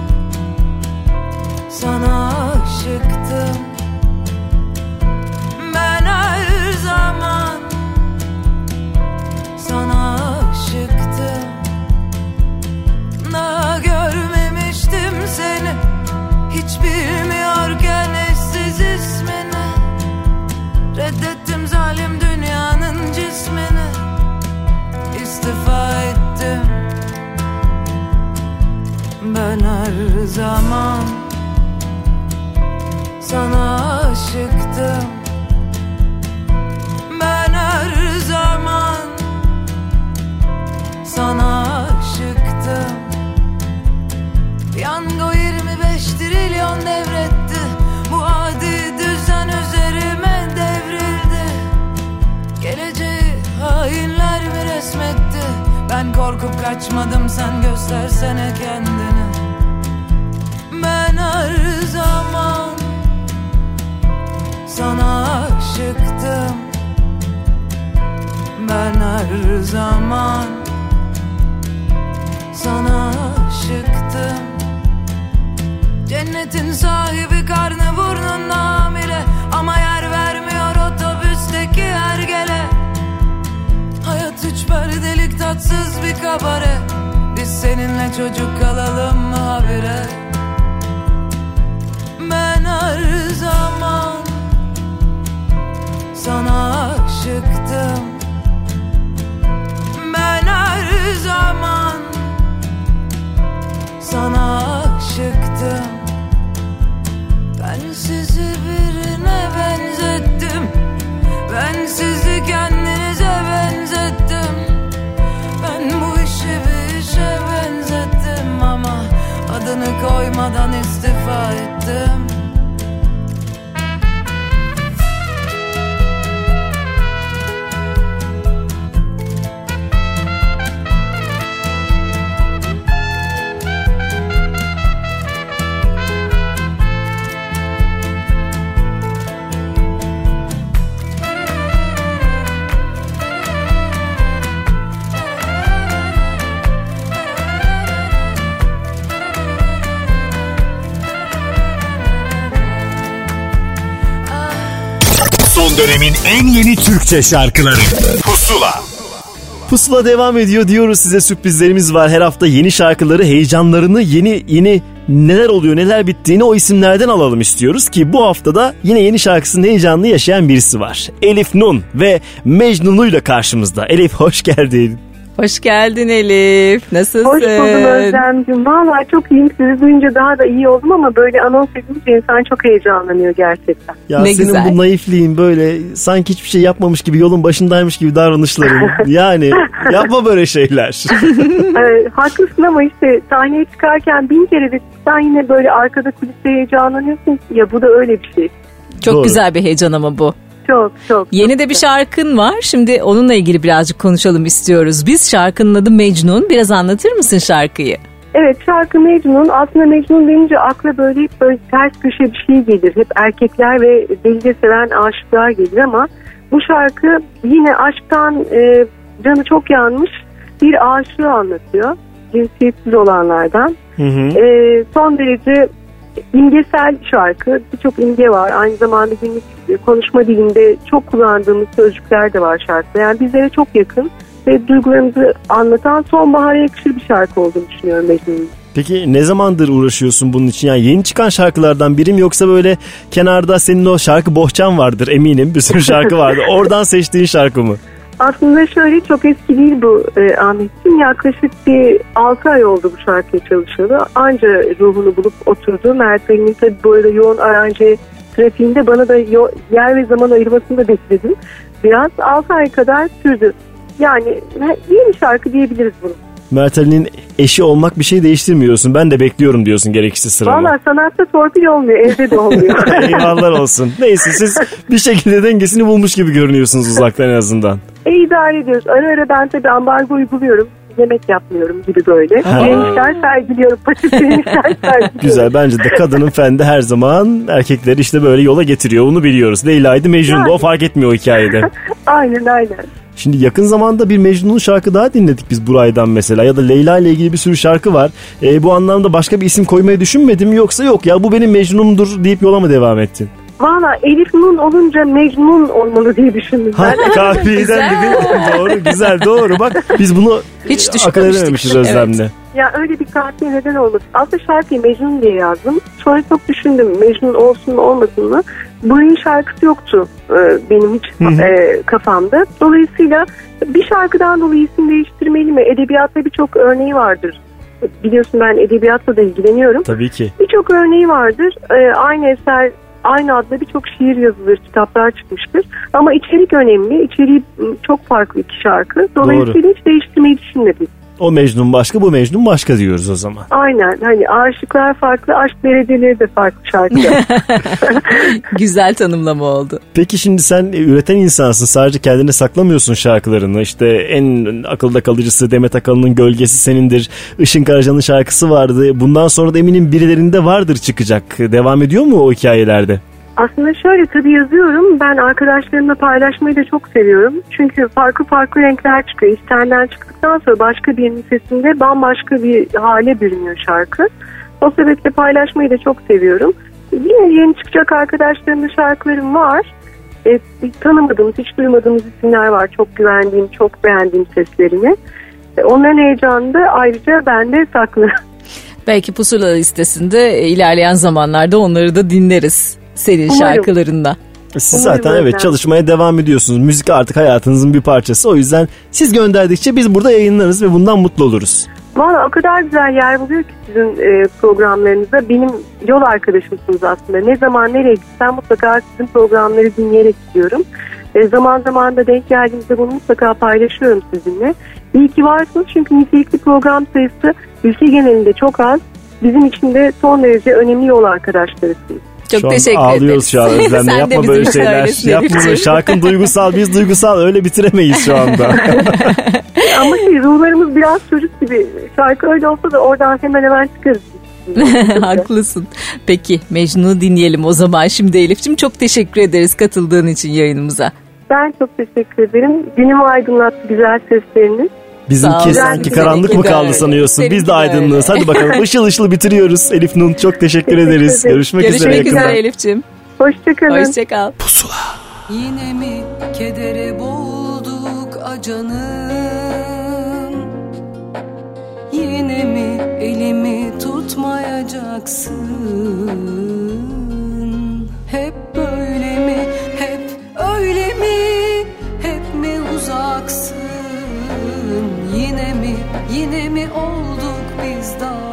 S8: sana aşıktım. Ben her zaman sana aşıktım. Daha görmemiştim seni, hiç bilmiyorken eşsiz ismini. Reddettim zalim dünyanın cismini, istifa ettim. Ben her zaman sana aşıktım. Ben her zaman sana aşıktım. Piyango yirmi beş trilyon devretti. Bu adi düzen üzerime devrildi. Geleceği hainler mi resmetti? Ben korkup kaçmadım, sen göstersene kendini. Ben her zaman sana aşıktım. Ben her zaman sana aşıktım. Cennetin sahibi karnı burnunda hamile, ama yer vermiyor otobüsteki hergele. Hayat üç perdelik tatsız bir kabare. Biz seninle çocuk kalalım mı habire? Ben her zaman sana aşıktım. Ben her zaman sana aşıktım. Ben sizi birine benzettim. Ben sizi kendinize benzettim. Ben bu işi bir işe benzettim, ama adını koymadan istifa ettim.
S1: Son dönemin en yeni Türkçe şarkıları Pusula.
S3: Pusula devam ediyor diyoruz, size sürprizlerimiz var. Her hafta yeni şarkıları, heyecanlarını, yeni yeni neler oluyor, neler bittiğini o isimlerden alalım istiyoruz ki bu haftada yine yeni şarkısının heyecanını yaşayan birisi var. Elif Nun ve Mecnun'uyla karşımızda. Elif hoş geldin.
S4: Hoş geldin Elif. Nasılsın?
S10: Hoş buldum Özlemciğim. Valla çok iyiyim. Sizi duyunca daha da iyi oldum ama böyle anons edince insan çok heyecanlanıyor gerçekten.
S3: Ya
S4: ne
S3: senin
S4: güzel.
S3: bu naifliğin, böyle sanki hiçbir şey yapmamış gibi, yolun başındaymış gibi davranışların. Yani yapma böyle şeyler.
S10: ee, haklısın ama işte sahneye çıkarken bin kere de sen yine böyle arkada kuliste heyecanlanıyorsun. Ya bu da öyle bir şey.
S4: Çok
S3: Doğru.
S4: güzel bir heyecan ama bu.
S10: Çok çok.
S4: Yeni
S10: çok
S4: de bir
S10: güzel.
S4: şarkın var. Şimdi onunla ilgili birazcık konuşalım istiyoruz. Biz şarkının adı Mecnun. Biraz anlatır mısın şarkıyı?
S10: Evet, şarkı Mecnun. Aslında Mecnun deyince akla böyle hep böyle ters köşe bir şey gelir. Hep erkekler ve delice seven aşıklar gelir ama bu şarkı yine aşktan e, canı çok yanmış bir aşığı anlatıyor. Cinsiyetsiz olanlardan.
S3: Hı hı.
S10: E, son derece imgesel şarkı. Birçok imge var. Aynı zamanda günlük konuşma dilinde çok kullandığımız sözcükler de var şarkıda. Yani bizlere çok yakın ve duygularımızı anlatan sonbahara yakışır bir şarkı olduğunu düşünüyorum Mecnun'un.
S3: Peki ne zamandır uğraşıyorsun bunun için? Yani yeni çıkan şarkılardan biri mi, yoksa böyle kenarda senin o şarkı bohçan vardır eminim, bir sürü şarkı vardır. Oradan seçtiğin şarkı mı?
S10: Aslında şöyle, çok eski değil bu e, Ahmetciğim. Yaklaşık bir altı ay oldu bu şarkıya çalışalı. Anca ruhunu bulup oturdu. Mert Bey'in tabii bu arada yoğun aranje trafiğinde bana da yo- yer ve zaman ayırmasını da bekledim. Biraz altı ay kadar sürdü. Yani yeni şarkı diyebiliriz bunu.
S3: Mert Ali'nin eşi olmak bir şey değiştirmiyorsun. Ben de bekliyorum diyorsun gerekirse sırama.
S10: Valla sanatta torpil olmuyor, evde de olmuyor.
S3: Eyvallah olsun. Neyse, siz bir şekilde dengesini bulmuş gibi görünüyorsunuz uzaktan en azından.
S10: E idare ediyoruz. Ara ara ben tabii ambargo uyguluyorum. Yemek yapmıyorum gibi böyle.
S3: Ha.
S10: Gençler sergiliyorum. Pasif gençler sergiliyorum.
S3: Güzel, bence de kadının fendi her zaman erkekleri işte böyle yola getiriyor. Onu biliyoruz. Leyla'ydı, Mecnun'du.
S10: Yani.
S3: O fark etmiyor o hikayede.
S10: Aynen aynen.
S3: Şimdi yakın zamanda bir Mecnun'un şarkı daha dinledik biz Buray'dan mesela. Ya da Leyla ile ilgili bir sürü şarkı var. E, bu anlamda başka bir isim koymayı düşünmedin mi, yoksa yok ya bu benim Mecnun'umdur deyip yola mı devam ettin?
S10: Valla Elif Nun olunca Mecnun olmalı diye düşündüm
S3: Ha,
S10: ben.
S3: kafiyeden dedin. Doğru, güzel, doğru. Bak biz bunu
S4: Hiç
S3: akıl
S4: düşünmemiştik.
S3: edememişiz Özlem'le.
S4: Evet.
S10: Ya öyle bir kafiye neden olmadı? Aslında şarkıyı Mecnun diye yazdım. Sonra çok düşündüm. Mecnun olsun mu olmasın mı? Burayın şarkısı yoktu e, benim hiç e, kafamda. Dolayısıyla bir şarkıdan dolayı isim değiştirmeli mi? Edebiyatta birçok örneği vardır. Biliyorsun ben edebiyatla da ilgileniyorum.
S3: Tabii ki.
S10: Birçok örneği vardır. E, aynı eser, aynı adla birçok şiir yazılır, kitaplar çıkmıştır. Ama içerik önemli. İçeriği çok farklı iki şarkı. Dolayısıyla
S3: Doğru.
S10: hiç değiştirmeyi düşünmedim.
S3: O Mecnun başka, bu Mecnun başka diyoruz o zaman.
S10: Aynen. Hani aşıklar farklı, aşk dereceleri de farklı şarkılar.
S4: Güzel tanımlama oldu.
S3: Peki şimdi sen üreten insansın. Sadece kendine saklamıyorsun şarkılarını. İşte en akılda kalıcısı Demet Akalın'ın Gölgesi Senindir. Işın Karacan'ın şarkısı vardı. Bundan sonra da eminim birilerinde vardır çıkacak. Devam ediyor mu o hikayelerde?
S10: Aslında şöyle, tabii yazıyorum. Ben arkadaşlarımla paylaşmayı da çok seviyorum. Çünkü farklı farklı renkler çıkıyor. İşten çıktıktan sonra başka birinin sesinde bambaşka bir hale bürünüyor şarkı. O sebeple paylaşmayı da çok seviyorum. Yine yeni çıkacak arkadaşlarımla şarkılarım var. E, tanımadığımız, hiç duymadığımız isimler var. Çok güvendiğim, çok beğendiğim seslerini. E, onların heyecanı da ayrıca bende saklı.
S4: Belki Pusula listesinde ilerleyen zamanlarda onları da dinleriz senin
S10: Umarım.
S4: şarkılarında.
S3: Siz
S10: Umarım
S3: zaten evet
S10: öyle.
S3: çalışmaya devam ediyorsunuz. Müzik artık hayatınızın bir parçası. O yüzden siz gönderdikçe biz burada yayınlarız ve bundan mutlu oluruz.
S10: Valla o kadar güzel yer buluyor ki sizin e, programlarınızda. Benim yol arkadaşımsınız aslında. Ne zaman nereye gitsem mutlaka sizin programları dinleyerek gidiyorum. E, zaman zaman da denk geldiğimizde bunu mutlaka paylaşıyorum sizinle. İyi ki varsınız çünkü nitelikli program sayısı ülke genelinde çok az. Bizim için de son derece önemli yol arkadaşlarısınız.
S4: Çok
S3: Şu an
S4: teşekkür
S3: ağlıyoruz
S4: ederiz.
S3: şu an Özlem'le.
S4: Sen de
S3: Yapma
S4: bizim
S3: böyle
S4: için
S3: şeyler.
S4: öylesin
S3: Yapma
S4: Elif'ciğim.
S3: böyle. Şarkın duygusal, biz duygusal. Öyle bitiremeyiz şu anda.
S10: Ama şey, ruhlarımız biraz çocuk gibi. Şarkı öyle olsa da oradan hemen hemen çıkarız.
S4: Haklısın. Peki Mecnun'u dinleyelim o zaman şimdi Elif'ciğim. Çok teşekkür ederiz katıldığın için yayınımıza.
S10: Ben çok teşekkür ederim. Günümü aydınlattı güzel sesleriniz.
S3: Bizimki
S4: ol.
S3: sanki
S4: Güzel,
S3: karanlık mı
S4: güzel.
S3: kaldı sanıyorsun?
S4: Seninki
S3: Biz de
S4: de
S3: aydınlığız.
S4: öyle.
S3: Hadi bakalım ışıl ışıl bitiriyoruz. Elif Nun çok teşekkür
S10: Teşekkür
S3: ederiz.
S10: ederim.
S3: Görüşmek, üzere
S4: Görüşmek
S3: yakında.
S4: üzere Elif'ciğim.
S10: Hoşçakalın.
S4: Hoşçakal.
S1: Pusula.
S8: Yine mi kedere boğulduk acanım? Yine mi elimi tutmayacaksın? Hep böyle mi, hep öyle mi, hep mi uzaksın? Yine mi, yine mi olduk biz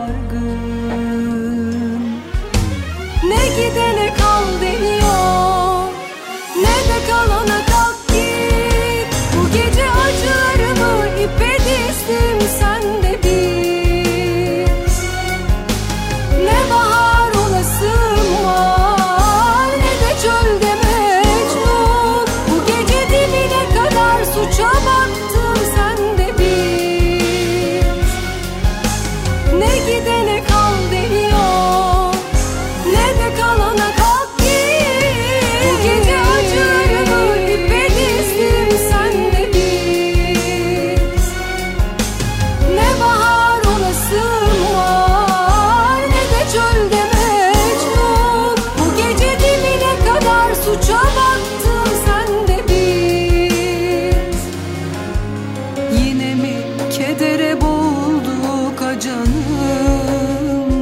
S8: dargın? Ne gidene kal deniyor, ne de kalana kalk git. Bu gece acılarımı ipe dizdim, sen de bil. Ne bahar olasım var, ne de çölde Mecnun. Bu gece dibine kadar suça baktım, sen de bil. Ne gidene kal deniyor, ne de kalana kalk git. Bu gece acılarımı ipe dizdim, sen de bil. Ne bahar olasım var, ne de çölde Mecnun. Bu gece dibine kadar suça baktım, sen de bil. Yine mi kedere boğulduk acanım?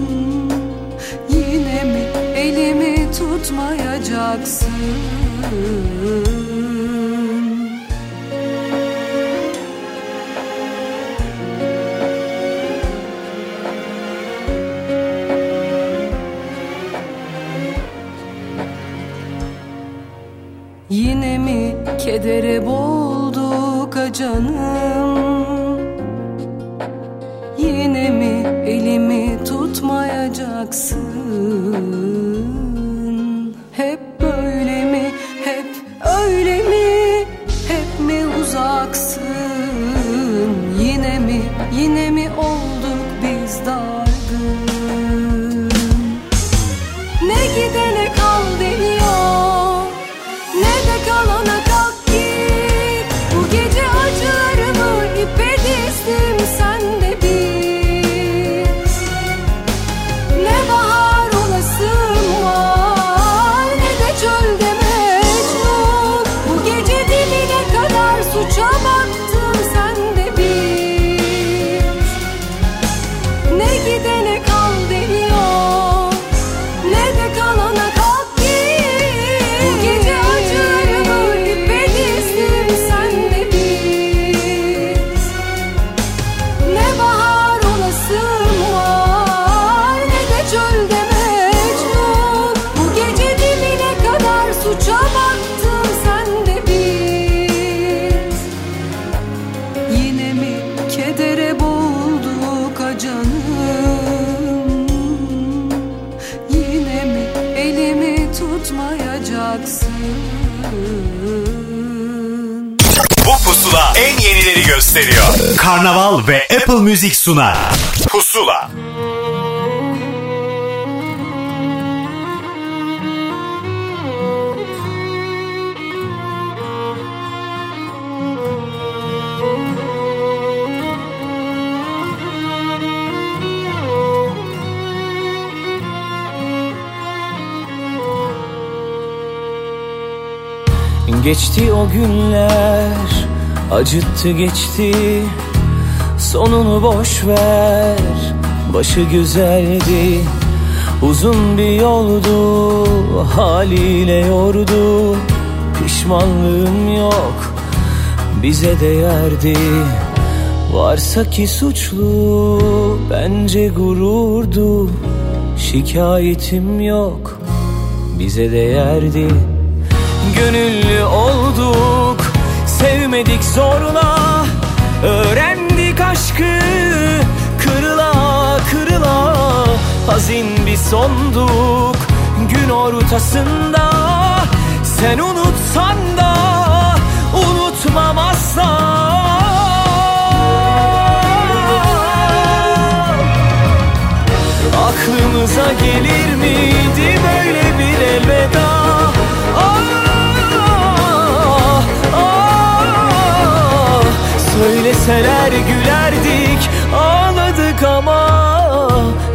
S8: Yine mi elimi tutmayacaksın? Yine mi kedere boğulduk acanım? Yine mi elimi tutmayacaksın? Hep böyle mi, hep öyle mi, hep mi uzaksın? Yine mi, yine mi olduk biz dargın? Ne gidene kal deniyor, ne de kalana kalk git. Bu gece acılarımı ipe dizdim, sen de bil. Ne bahar olasım var, ne de çölde Mecnun. Bu gece dibine kadar suça baktım, sen de bil. Ne gidene kal deniyor, ne de kalana kalk git. Bu gece acılarımı ipe dizdim, sen de bil. Ne bahar olasım var, ne de çölde Mecnun. Bu gece dibine kadar suça baktım, sen de bil. Yine mi kedere boğulduk acanım? Yine mi elimi tutmayacaksın?
S1: Bu pusula en yenileri gösteriyor. Karnaval ve Apple Music sunar. Pusula.
S11: Geçti o günler, acıttı geçti. Sonunu boş ver, başı güzeldi. Uzun bir yoldu, haliyle yordu. Pişmanlığım yok, bize değerdi. Varsa ki suçlu, bence gururdu. Şikayetim yok, bize değerdi. Gönüllü olduk, sevmedik zorla. Öğrendik aşkı, kırıla kırıla. Hazin bir sonduk, gün ortasında. Sen unutsan da, unutmam asla. Aklımıza gelir miydi böyle bir elveda? Ah, ah, söyleseler gülerdik, ağladık ama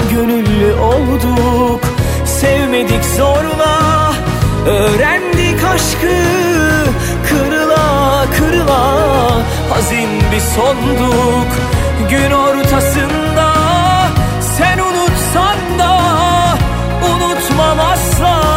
S11: gönüllü olduk, sevmedik zorla. Öğrendik aşkı kırıla kırıla hazin bir sonduk gün ortasında. Sen unutsan da unutmam asla.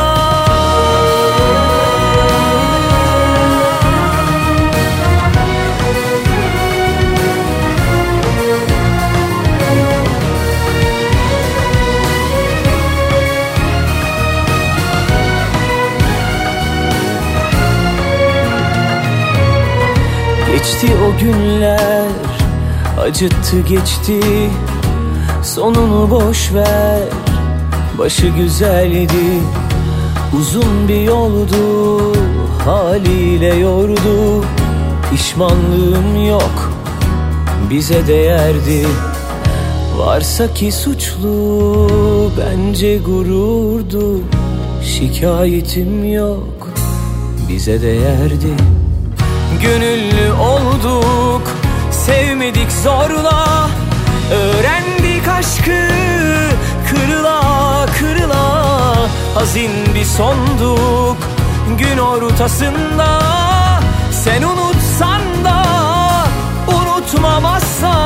S11: Geçti o günler, acıttı geçti. Sonunu boş ver, başı güzeldi. Uzun bir yoldu, haliyle yordu. Pişmanlığım yok, bize değerdi. Varsa ki suçlu, bence gururdu. Şikayetim yok, bize değerdi. Gönüllü olduk, sevmedik zorla. Öğrendik aşkı kırıla kırıla hazin bir sonduk gün ortasında. Sen unutsan da unutmam asla.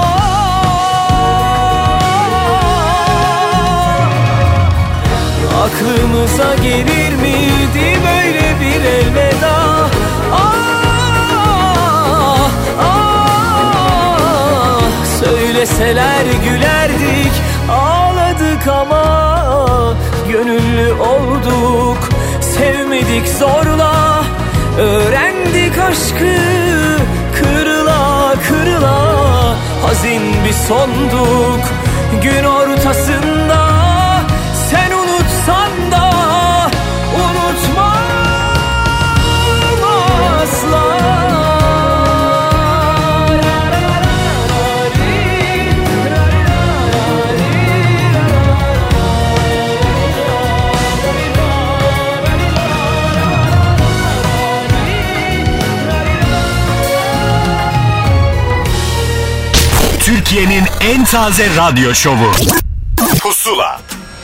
S11: Aklımıza gelir miydi böyle bir elveda? Ah, ah, söyleseler gülerdik, ağladık ama gönüllü olduk, sevmedik zorla. Öğrendik aşkı kırıla kırıla hazin bir sonduk gün ortasında. Sen unutsan da unutmam asla.
S1: Türkiye'nin en taze radyo şovu Pusula.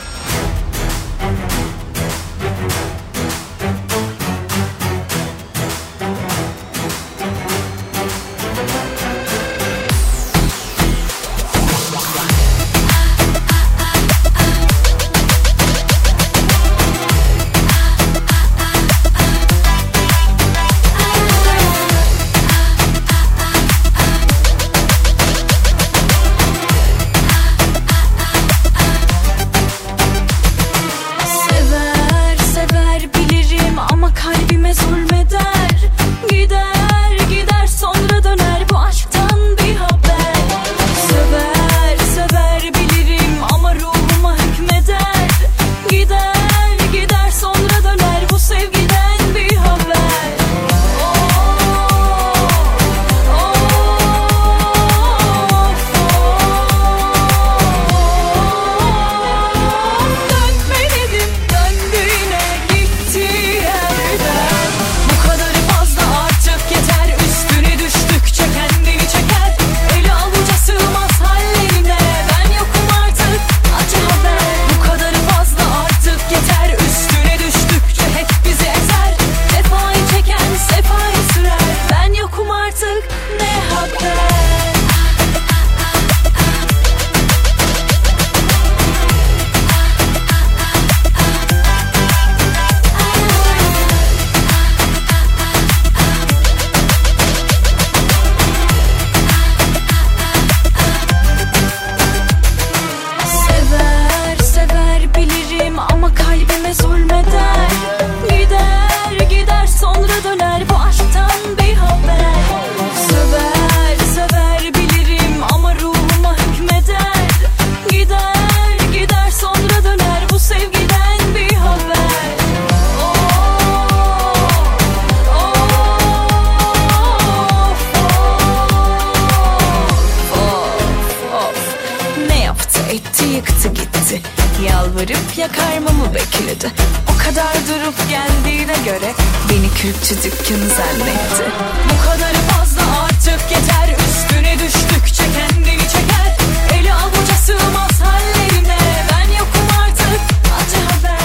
S2: Yalvarıp yakar mı bekledi. O kadar durup geldiğine göre beni kürkçü dükkanı zannetti. Bu kadarı fazla artık yeter. Üstüne düştükçe kendini çeker. Eli avuca sığmaz hallerine. Ben yokum artık acı haber.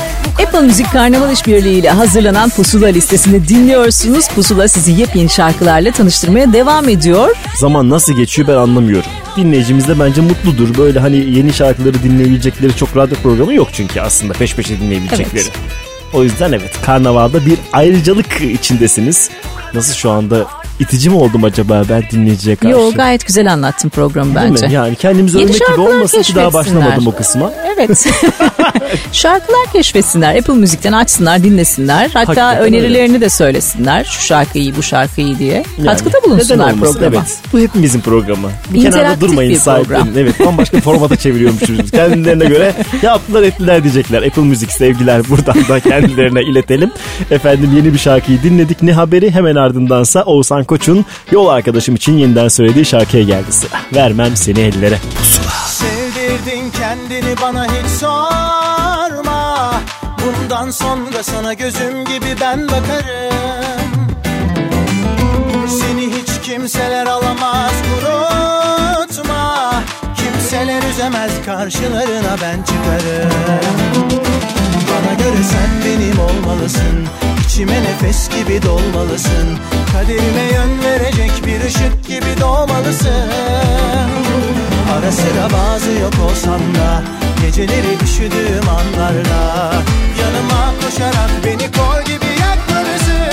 S4: Apple Müzik Karnaval İşbirliği ile hazırlanan Pusula listesini dinliyorsunuz. Pusula sizi yepyeni şarkılarla tanıştırmaya devam ediyor.
S3: Zaman nasıl geçiyor ben anlamıyorum. Dinleyicimiz de bence mutludur. Böyle hani yeni şarkıları dinleyebilecekleri çok radyo programı yok çünkü aslında peş peşe dinleyebilecekleri. Evet. O yüzden evet, karnavalda bir ayrıcalık içindesiniz. Nasıl şu anda itici mi oldum acaba ben dinleyiciye karşı?
S4: Yok, gayet güzel anlattım programı bence.
S3: Yani kendimizi övmek gibi olmasın ki daha başlamadım o kısma.
S4: Evet. Şarkılar keşfetsinler. Apple Müzik'ten açsınlar, dinlesinler. Hatta hakikaten önerilerini öyle de söylesinler. Şu şarkı iyi, bu şarkı iyi diye. Yani, katkıda bulunsunlar programa. Evet.
S3: Bu hepimizin programı. Bir kenarda durmayın sahiplenin. Evet, bambaşka bir formata çeviriyormuşuz. Kendilerine göre yaptılar ettiler diyecekler. Apple Müzik sevgiler buradan da kendilerine iletelim. Efendim, yeni bir şarkıyı dinledik. Ne haberi? Hemen ardındansa Oğuzhan Koç'un yol arkadaşım için yeniden söylediği şarkıya geldi sıra. Vermem seni ellere. Pusula.
S9: Sevdirdin kendini bana hiç sorma. Bundan sonra sana gözüm gibi ben bakarım. Seni hiç kimseler alamaz, unutma. Kimseler üzemez, karşılarına ben çıkarım. Bana göre sen benim olmalısın. İçime nefes gibi dolmalısın. Kaderime yön verecek bir ışık gibi doğmalısın. Ara sıra bazı yok olsam da, geceleri üşüdüğüm anlarda yanıma koşarak beni kol gibi yakmalısın.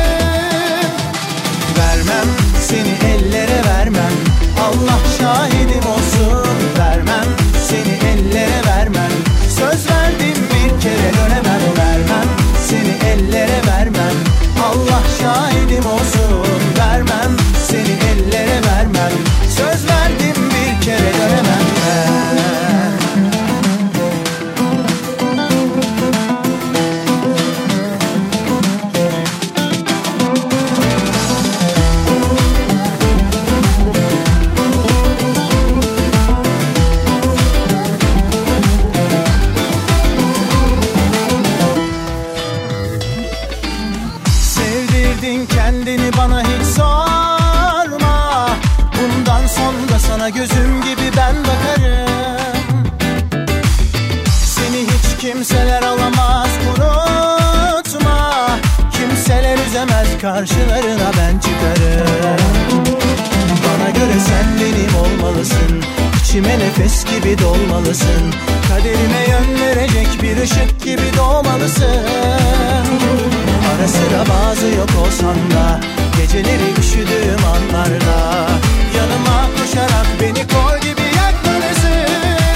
S9: Vermem seni ellere vermem, Allah şahidim olsun. Vermem seni ellere vermem, söz verdim bir kere dönemem. Vermem seni ellere vermem, Allah şahidim olsun. Vermem seni ellere vermem, söz verdim bir kere dönemem. Bana hiç sorma. Bundan sonra sana gözüm gibi ben bakarım. Seni hiç kimseler alamaz, unutma. Kimseler üzemez, karşılarına ben çıkarım. Bana göre sen benim olmalısın. İçime nefes gibi dolmalısın. Kaderime yön verecek bir ışık gibi doğmalısın. Ara sıra bazı yok olsan da, geceleri üşüdüğüm anlarda yanıma koşarak beni kol gibi yakmalısın.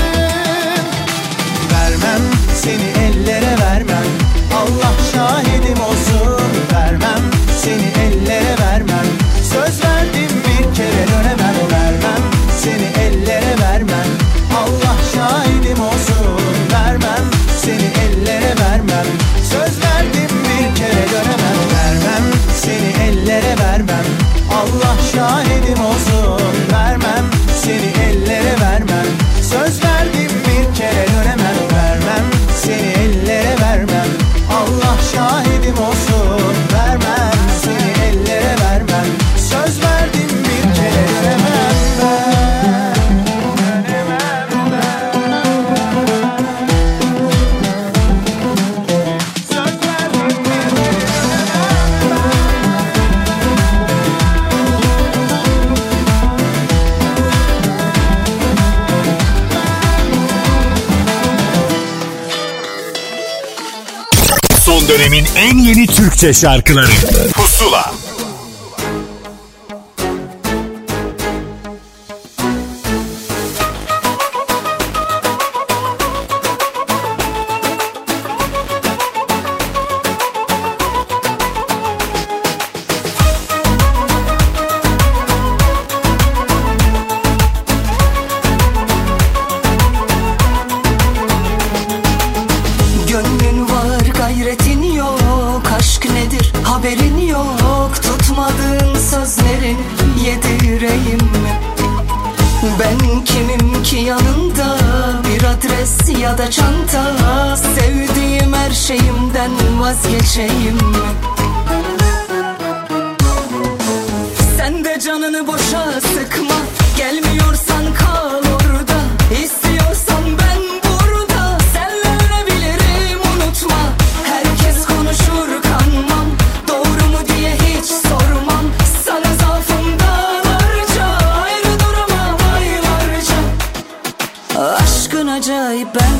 S9: Vermem seni ellere vermem, Allah şahidim olsun. Vermem seni ellere vermem, söz verdim bir kere dönemem. Vermem seni ellere vermem, Allah şahidim olsun. Vermem seni ellere vermem, söz verdim bir kere dönemem. Vermem seni ellere vermem, Allah şahidim olsun. Vermem seni ellere vermem, söz verdim bir kere dönemem. Vermem seni ellere vermem, Allah şahidim olsun. Vermem seni ellere vermem, söz verdim bir kere dönemem.
S1: Son dönemin en yeni Türkçe şarkıları Pusula.
S2: Vazgeçeyim mi? Sen de canını boşa sıkma. Gelmiyorsan kal orada. İstiyorsan ben burada. Senle ölebilirim, unutma.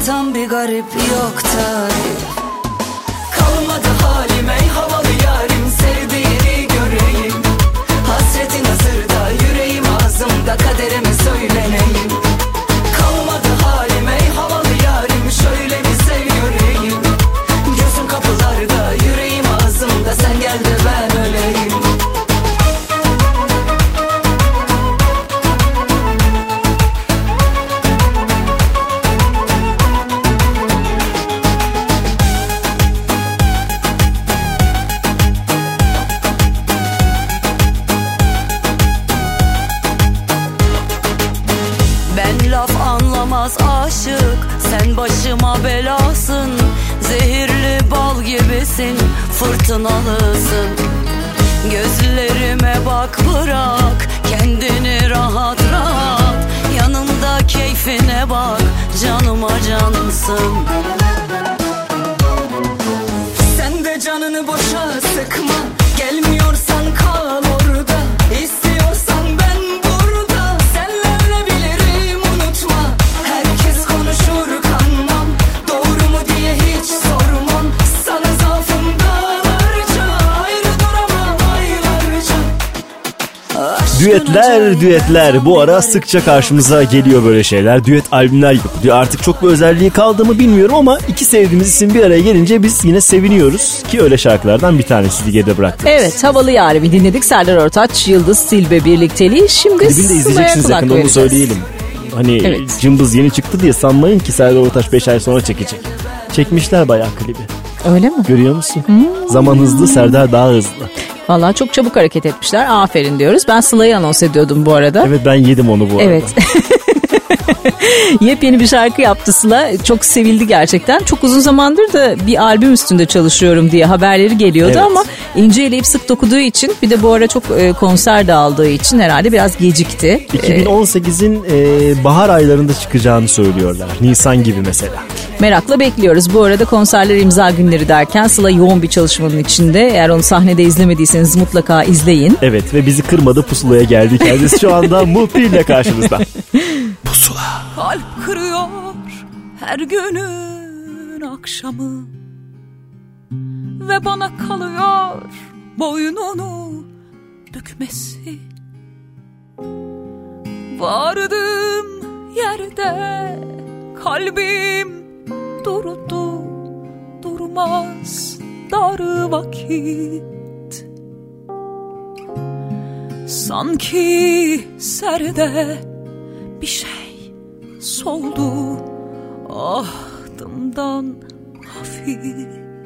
S8: Tam bir garip yok tarif. Kalmadı halim ey havalı yarim, sevdiğini göreyim. Hasretin hazırda, yüreğim ağzımda, kaderimi söyleneyim. Kalmadı halim ey havalı yarim, şöyle bir sev göreyim. Gözüm kapılarda, yüreğim ağzımda, sen gel de ben öleyim. Aşık, sen başıma belasın. Zehirli bal gibisin, fırtınalısın. Gözlerime bak, bırak kendini rahat rahat. Yanımda keyfine bak, canıma cansın. Sen de canını boşa sıkma, gelmiyorsan kal orada. İstiyorsan ben burada, senle ölebilirim unutma. Herkes konuşur kanmam, doğru mu diye hiç sormam. Sana zaafım dağlarca, ayrı duramam aylarca.
S3: Düetler, düetler. Bu ara sıkça karşımıza geliyor böyle şeyler. Düet albümler yapılıyor. Artık çok bir özelliği kaldı mı bilmiyorum ama iki sevdiğimiz isim bir araya gelince biz yine seviniyoruz. Ki öyle şarkılardan bir tanesi geride bıraktık.
S4: Evet, Havalı Yarimi dinledik. Serdar Ortaç, Yıldız Silbe birlikteliği. Şimdi
S3: klibini de izleyeceksiniz yakında, onu söyleyelim. Hani evet. Cımbız yeni çıktı diye sanmayın ki Serdar Ortaç beş ay sonra çekecek. Çekmişler bayağı klibi.
S4: Öyle mi?
S3: Görüyor musun? Hmm. Zaman hızlı, Serdar daha hızlı.
S4: Vallahi çok çabuk hareket etmişler. Aferin diyoruz. Ben Sıla'yı anons ediyordum bu arada.
S3: Evet, ben yedim onu bu arada.
S4: Evet. Yepyeni bir şarkı yaptı Sıla. Çok sevildi gerçekten. Çok uzun zamandır da bir albüm üstünde çalışıyorum diye haberleri geliyordu, evet. Ama inceleyip sık dokuduğu için, bir de bu ara çok e, konser de aldığı için herhalde biraz gecikti.
S3: iki bin on sekizin e, bahar aylarında çıkacağını söylüyorlar. Nisan gibi mesela.
S4: Merakla bekliyoruz. Bu arada konserler, imza günleri derken Sıla yoğun bir çalışmanın içinde. Eğer onu sahnede izlemediyseniz mutlaka izleyin.
S3: Evet, ve bizi kırmadı, Pusula'ya geldi. Kendisi şu anda Mutlu ile karşımızda. Pusula.
S8: Kalp kırıyor her günün akşamı ve bana kalıyor boynunu bükmesi. Vardığım yerde kalbim durdu durmaz dar vakit. Sanki serde bir şey soldu ahdımdan hafif.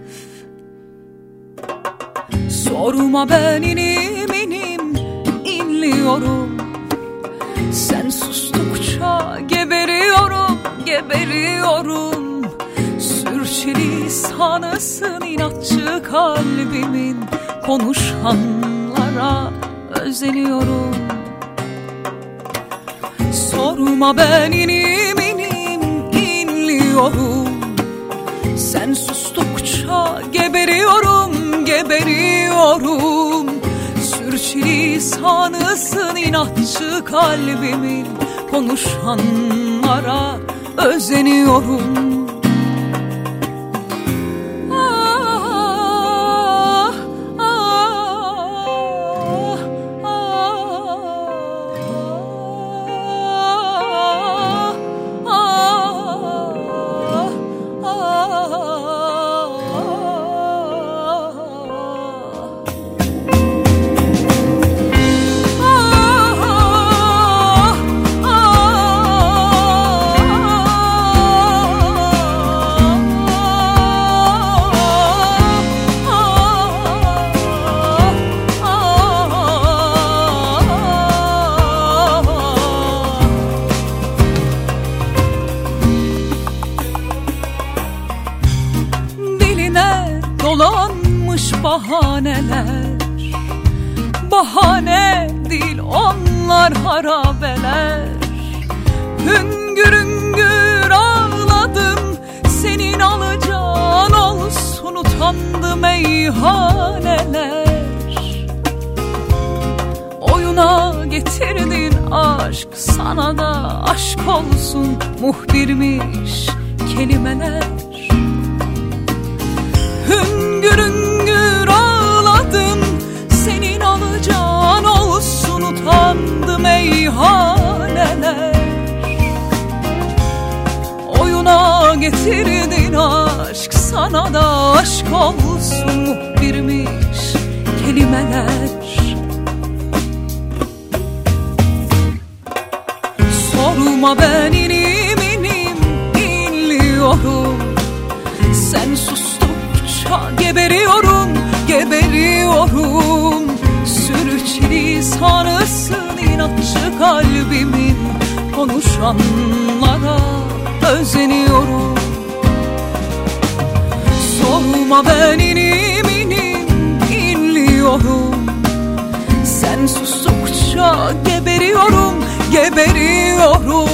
S8: Sorma ben inim inim inliyorum. Sen sustukça geberiyorum, geberiyorum. Sürçülisanısın inatçı kalbimin, konuşanlara özeniyorum. Sorma ben inim inim inliyorum. Sen sustukça geberiyorum, geberiyorum. Sürçülisanısın inatçı kalbimin, konuşanlara özeniyorum. Bahaneler, bahane değil onlar harabeler. Hüngür hüngür ağladım, senin alacağın olsun utandı meyhaneler. Oyuna getirdin aşk, sana da aşk olsun. Muhbirmiş kelimeler. Hüngür hüngür ağladım, senin alacağın olsun utandı meyhaneler. Oyuna getirdin aşk, sana da aşk olsun muhbirmiş kelimeler. Sorma ben inim inim inliyorum, sen sustukça geberiyorum, geberiyorum. Sürçülisanısın inatçı kalbimin, konuşanlara özeniyorum. Sorma ben inim inim inliyorum, sen sustukça geberiyorum, geberiyorum.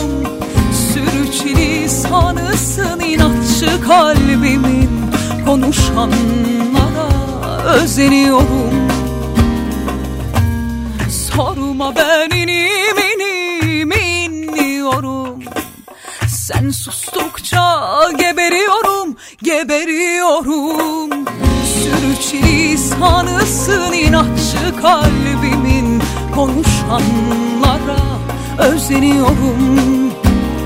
S8: Sürçülisanısın inatçı kalbimin, konuşanlara özeniyorum. Sorma ben inim inim inliyorum, sen sustukça geberiyorum, geberiyorum. Sürçülisanısın inatçı kalbimin, konuşanlara özeniyorum.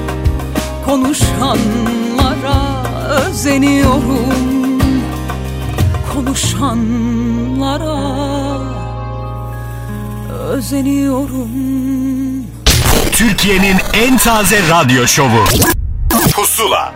S8: Konuşanlara özeniyorum. Konuşanlara özeniyorum.
S1: Türkiye'nin en taze radyo şovu Pusula.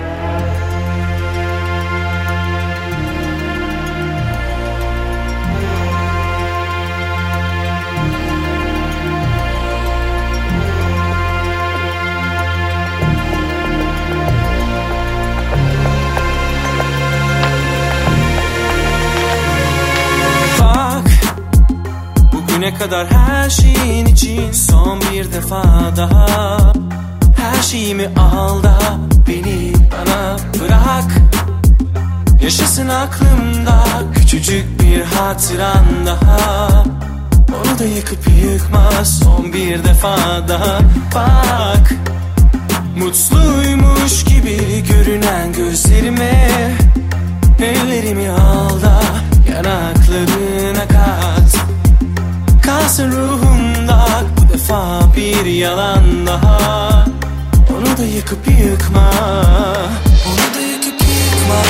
S11: Ne kadar her şeyin için son bir defa daha, her şeyimi al da beni bana bırak. Yaşasın aklımda küçücük bir hatıran daha, onu da yıkıp yıkma son bir defa daha. Bak, mutluymuş gibi görünen gözlerime, ellerimi al da yanaklarına kat. Kalsın ruhumda bu defa bir yalan daha, onu da yıkıp yıkma, onu da yıkıp yıkma,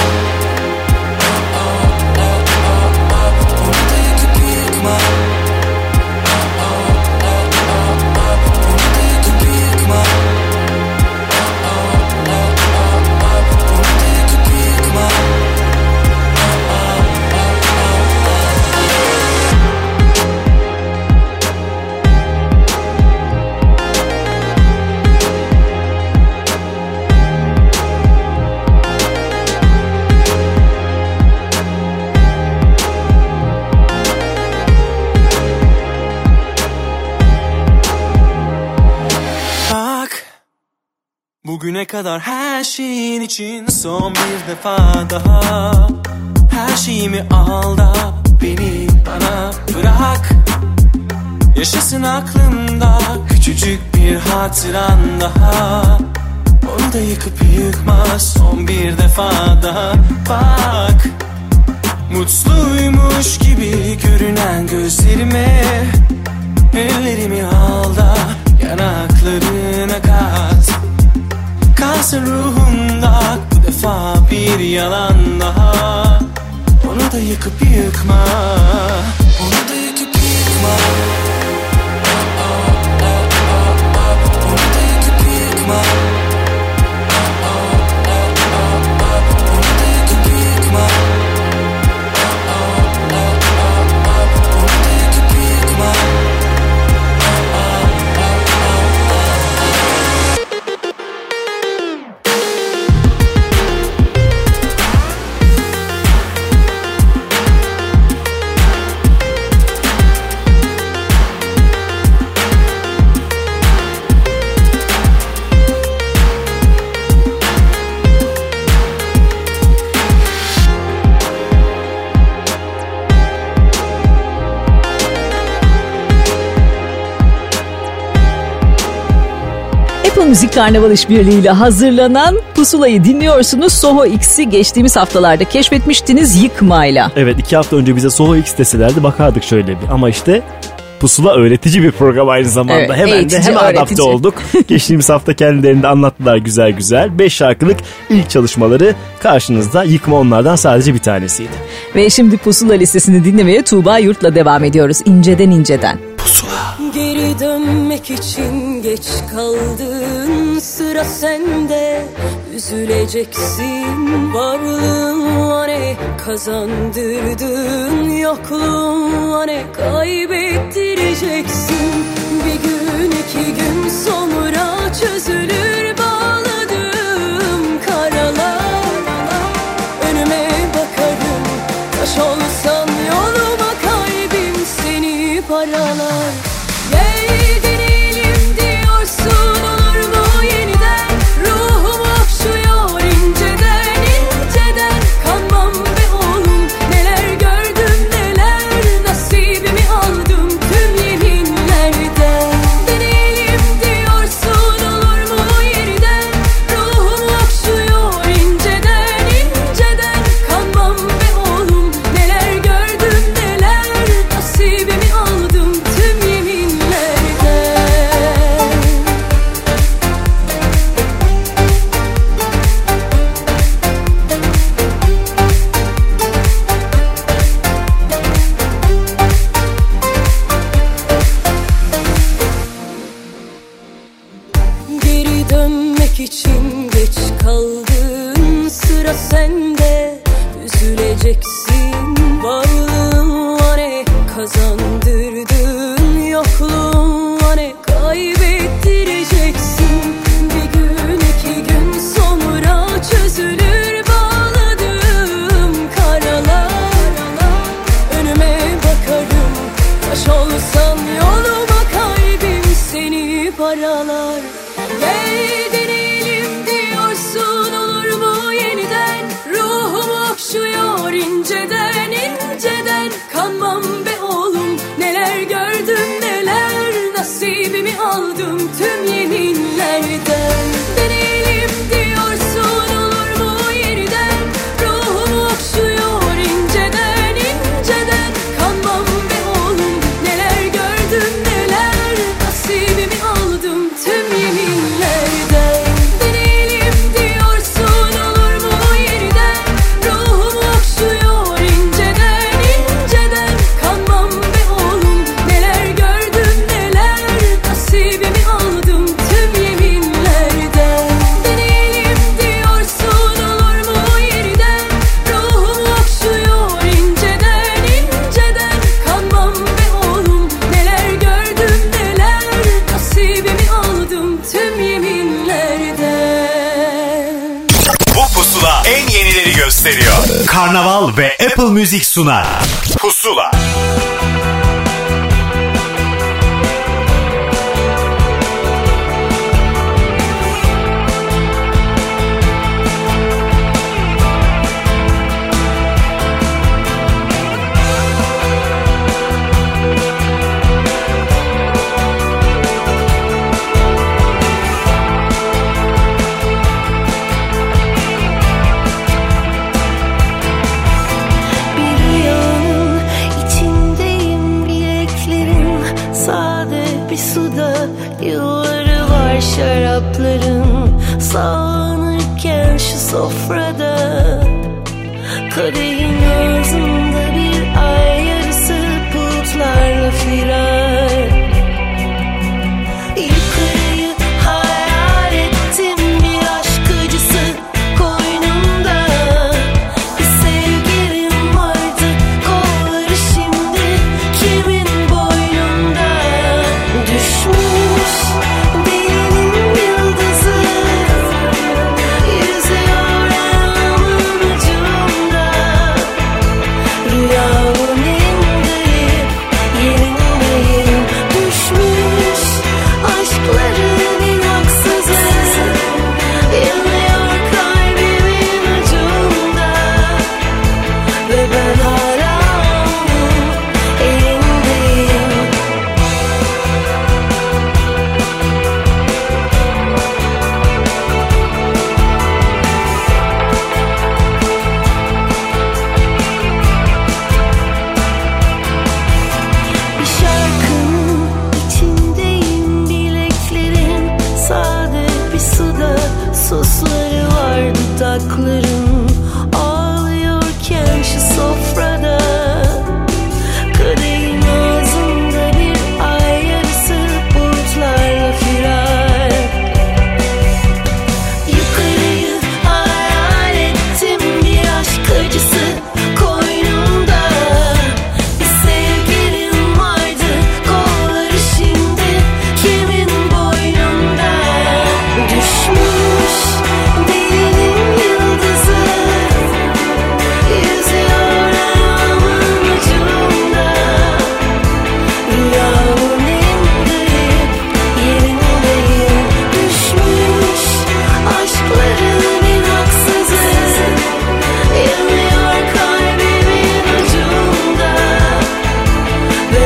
S11: onu da yıkıp yıkma, onu da yıkıp yıkma, onu da yıkıp yıkma. Bugüne kadar her şeyin için son bir defa daha, her şeyimi al da beni bana bırak. Yaşasın aklımda küçücük bir hatıran daha, onu da yıkıp yıkma son bir defa daha. Bak, mutluymuş gibi görünen gözlerime, ellerimi al da yanaklarına kat. Kalsın ruhumda bu defa bir yalan daha, onu da yıkıp yıkma, onu da yıkıp yıkma, onu da yıkıp yıkma, onu da yıkıp yıkma, onu da yıkıp yıkma.
S4: Müzik Karnaval işbirliğiyle hazırlanan Pusula'yı dinliyorsunuz. Soho X'i geçtiğimiz haftalarda keşfetmiştiniz Yıkma'yla.
S3: Evet, iki hafta önce bize Soho X deselerdi bakardık şöyle bir. Ama işte Pusula öğretici bir program aynı zamanda. Evet, hemen eğitici, de hemen öğretici. Adapte olduk. Geçtiğimiz hafta kendilerini de anlattılar güzel güzel. Beş şarkılık ilk çalışmaları karşınızda. Yıkma onlardan sadece bir tanesiydi.
S4: Ve şimdi Pusula listesini dinlemeye Tuğba Yurt'la devam ediyoruz. İnceden inceden.
S12: Pusula. Geri dönmek için geç kaldın, sıra sende. Üzüleceksin, varlığınla ne kazandırdın, yokluğunla ne kaybettireceksin. Bir gün iki gün sonra çözülür bağladığım karalar. Önüme bakarım, taş olsan yoluma kalbim seni paralar. Gel deneyelim diyorsun, olur mu yeniden? Ruhum okşuyor inceden inceden. Kanmam be oğlum, neler gördüm neler, nasibimi aldım tüm yeminlerden. Deneyelim diyorsun, olur mu yeniden? Ruhum okşuyor inceden inceden. Kanmam be oğlum, neler gördüm neler, nasibimi aldım tüm yeminlerden. Geri dönmek için geç kaldın, sıra sende. Üzüleceksin, varlığınla ne kazandırdın, yokluğunla ne kaybettireceksin. Bir gün iki gün sonra çözülür bağladığım karalar. Önüme bakarım, taş olsan yoluma kalbim seni paralar. Gel deneyelim diyorsun, olur mu yeniden? Ruhum okşuyor inceden inceden. Kanmam be oğlum, neler gördüm neler, nasibimi aldım tüm yeminlerden. Deneyelim diyorsun, olur mu yeniden? Ruhum okşuyor inceden inceden. Kanmam be oğlum, neler gördüm neler, nasibimi aldım tüm yeminlerden. Deneyelim diyorsun, olur mu yeniden? Ruhum okşuyor inceden inceden. Kanmam be oğlum, neler gördüm neler, nasibimi aldım tüm yeminlerden. Deneyelim diyorsun, olur mu yeniden? Ruhum okşuyor inceden inceden. Kanmam be oğlum, neler gördüm neler, nasibimi aldım tüm yeminlerden.
S1: Bu pusula en yenileri gösteriyor. Karnaval ve Apple Music sunar. Pusula.
S12: Bir rüyanın içindeyim, bileklerim sade bir suda. Yılları var şarapların sağlanırken şu sofrada. Kadehin ağzında bir ay yarısı bulutlarla firar. Yukarıyı hayal ettim, bir aşk acısı koynumda. Bir sevgilim vardı, kolları şimdi kimin boynunda? Düşmüş delinin yıldızı, yüzüyor elmanın ucunda.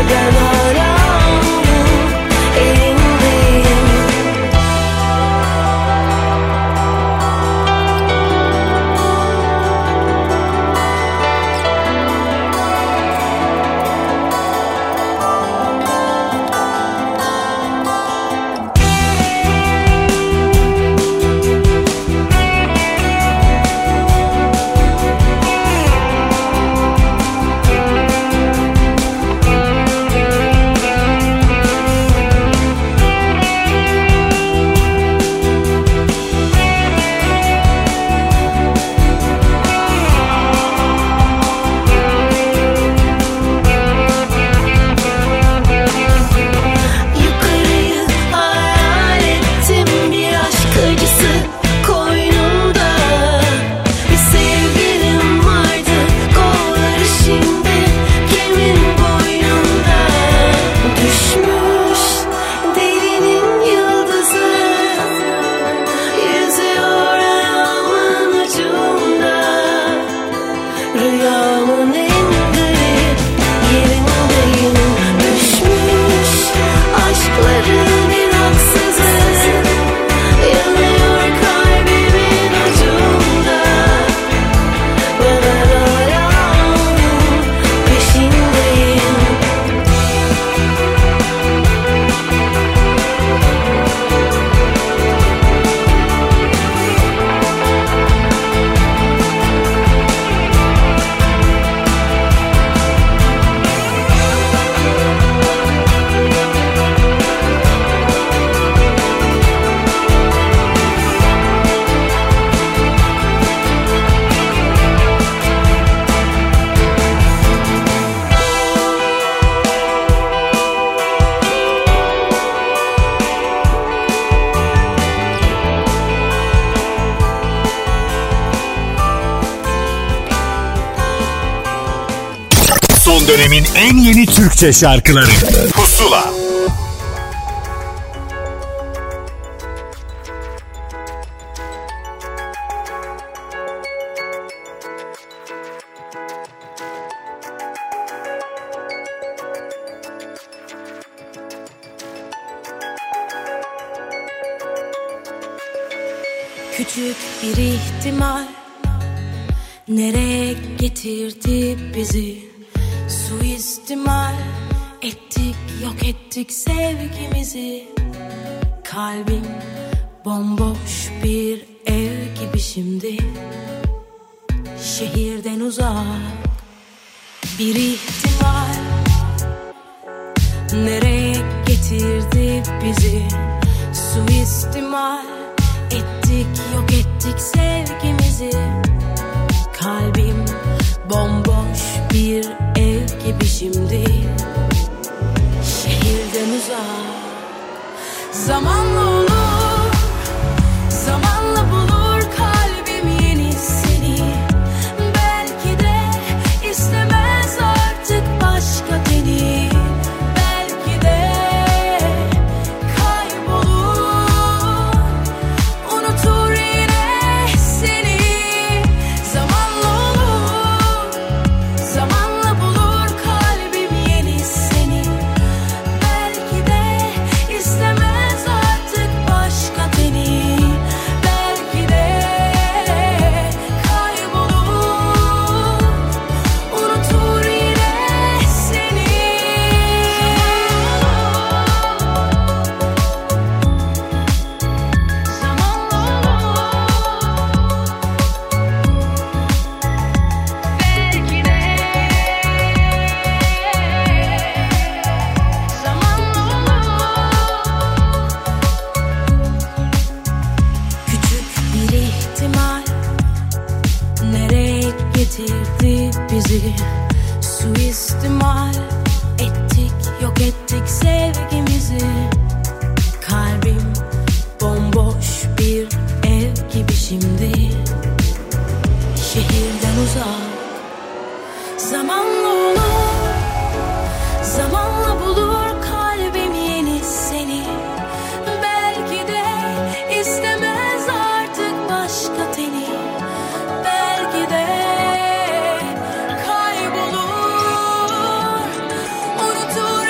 S12: ben hala onun elindeyim. Yukarıyı hayal ettim, bir aşk acısı koynumda. Bir sevgilim vardı, kolları şimdi kimin boynunda. Düşmüş delinin yıldızı, yüzüyor ayağımın ucunda. Rüyamın en garip yerindeyim. Düşmüş aşkların en haksızı, yanıyor kalbimin ucunda. Ve ben hala onun peşindeyim.
S1: Son dönemin en yeni Türkçe şarkıları Pusula.
S12: Küçük bir ihtimal nereye getirdi bizi? Suistimal ettik, yok ettik sevgimizi. Kalbim bomboş bir ev gibi şimdi, şehirden uzak. Bir ihtimal nereye getirdi bizi? Suistimal ettik, yok ettik sevgimizi. Kalbim bomboş bir ev gibi şimdi, şehirden uzak. Zamanla olur, zamanla bulur kalbim yeni seni. Belki de istemez artık başka beni. Belki de kaybolur, unutur yine seni. Zamanla olur, zamanla bulur kalbim yeni seni. Belki de istemez artık başka beni. Belki de kaybolur, unutur yine seni. Küçük bir ihtimal nereye getirdi bizi? Suistimal ettik, yok ettik sevgimizi. Kalbim bomboş bir ev gibi şimdi, şehirden uzak. Zamanla olur, zamanla bulur kalbim yeni seni. Belki de istemez artık başka teni. Belki de kaybolur, unutur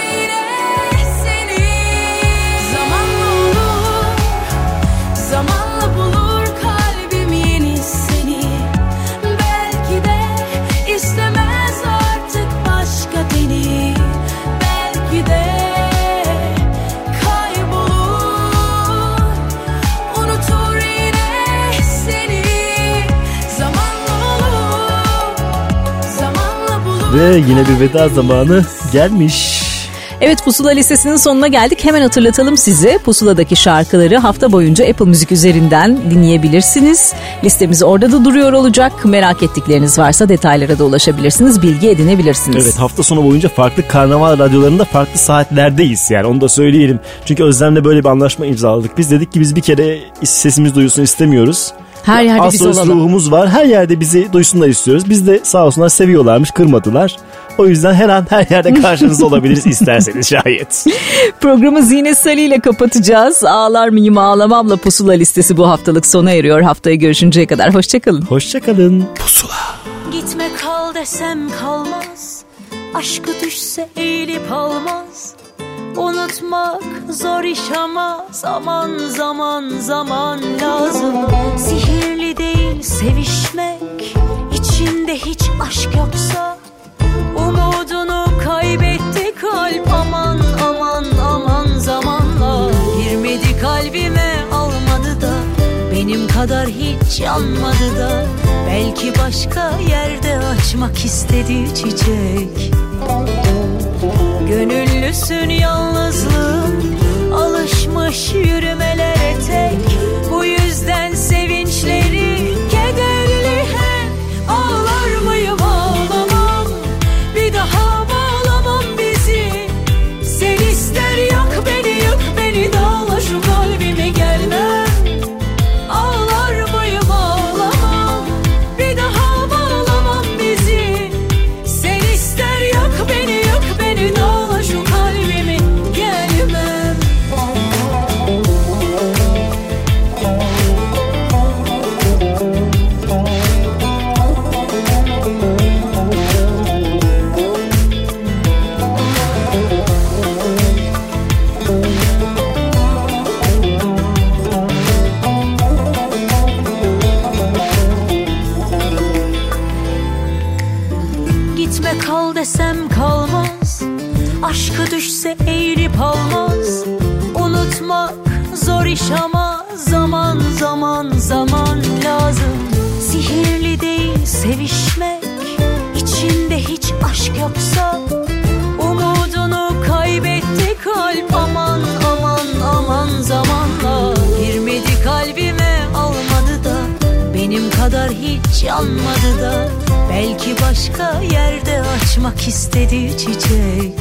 S3: de yine bir veda zamanı gelmiş.
S4: Evet, Pusula listesinin sonuna geldik. Hemen hatırlatalım size. Pusula'daki şarkıları hafta boyunca Apple Müzik üzerinden dinleyebilirsiniz. Listemiz orada da duruyor olacak. Merak ettikleriniz varsa detaylara da ulaşabilirsiniz. Bilgi edinebilirsiniz.
S3: Evet, hafta sonu boyunca farklı karnaval radyolarında farklı saatlerdeyiz. Yani onu da söyleyelim. Çünkü Özlem'le böyle bir anlaşma imzaladık. Biz dedik ki biz bir kere sesimiz duyulsun istemiyoruz.
S4: Her yerde
S3: az
S4: biz
S3: solist
S4: olalım.
S3: ruhumuz var. Her yerde bizi duysunlar istiyoruz. Biz de sağ olsunlar seviyorlarmış, kırmadılar. O yüzden her an her yerde karşınızda olabiliriz isterseniz şayet.
S4: Programı Zine Salih ile kapatacağız. Ağlar mıyım ağlamamla Pusula listesi bu haftalık sona eriyor. Haftaya görüşünceye kadar hoşçakalın.
S3: Hoşçakalın. Pusula.
S12: Gitme kal desem kalmaz, aşkı düşse eğilip almaz. Unutmak zor iş ama zaman zaman zaman lazım. Sihirli değil sevişmek, içinde hiç aşk yoksa. Umudunu kaybetti kalp, aman aman aman zamanla. Girmedi kalbime almadı da, benim kadar hiç yanmadı da. Belki başka yerde açmak istedi çiçek. Gönüllüsün yalnızlığım, alışmış yürümelere tek. Bu yüzden sevinçleri kederli hep. Ağlar mıyım ağlamam, bir daha bağlamam bizi. Sen ister yak beni yak beni, dağla şu kalbimi gelmem. Ağlar mıyım ağlamam, bir daha bağlamam bizi. Sen ister yak beni yak beni, dağla şu kalbimi gelmem. Gitme kal desem kalmaz, aşkı düşse eğilip almaz. Unutmak zor iş ama zaman zaman zaman lazım. Sihirli değil sevişmek, içinde hiç aşk yoksa. Umudunu kaybetti kalp, aman aman aman zamanla. Girmedi kalbime almadı da, benim kadar hiç yanmadı da. Belki başka yerde açmak istedi çiçek.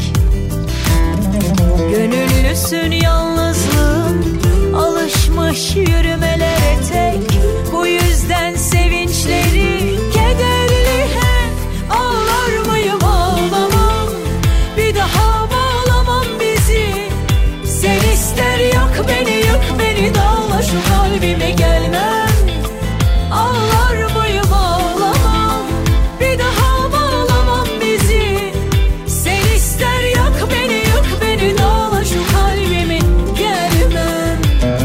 S12: Gönüllüsün yalnızlığım, alışmış yürümelere tek. Bu yüzden sevinçleri kederli hep. Ağlar mıyım ağlamam, bir daha bağlamam bizi. Sen ister yak beni yak beni, dağla şu kalbime gelmem. Ağlar mıyım ağlamam, bir daha bağlamam bizi. Sen ister yak beni yak beni, dağla şu kalbimi gelmem.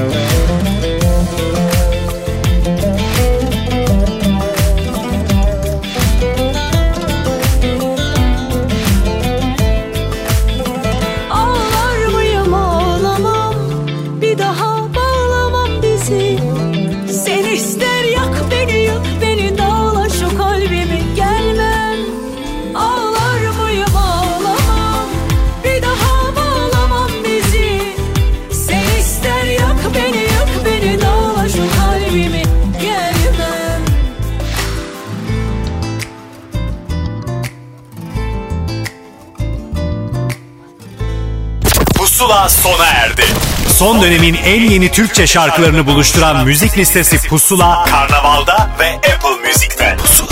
S12: Ağlar mıyım ağlamam, bir daha bağlamam bizi. Sen ister yak beni yak beni, dağla şu kalbimi gelmem. Ağlar mıyım ağlamam, bir daha bağlamam bizi. Sen ister yak beni yak beni, dağla şu kalbimi gelmem.
S1: Pusula sona erdi. Son dönemin en yeni Türkçe şarkılarını buluşturan müzik listesi Pusula, Karnaval'da ve Apple Müzik'te. Pusula.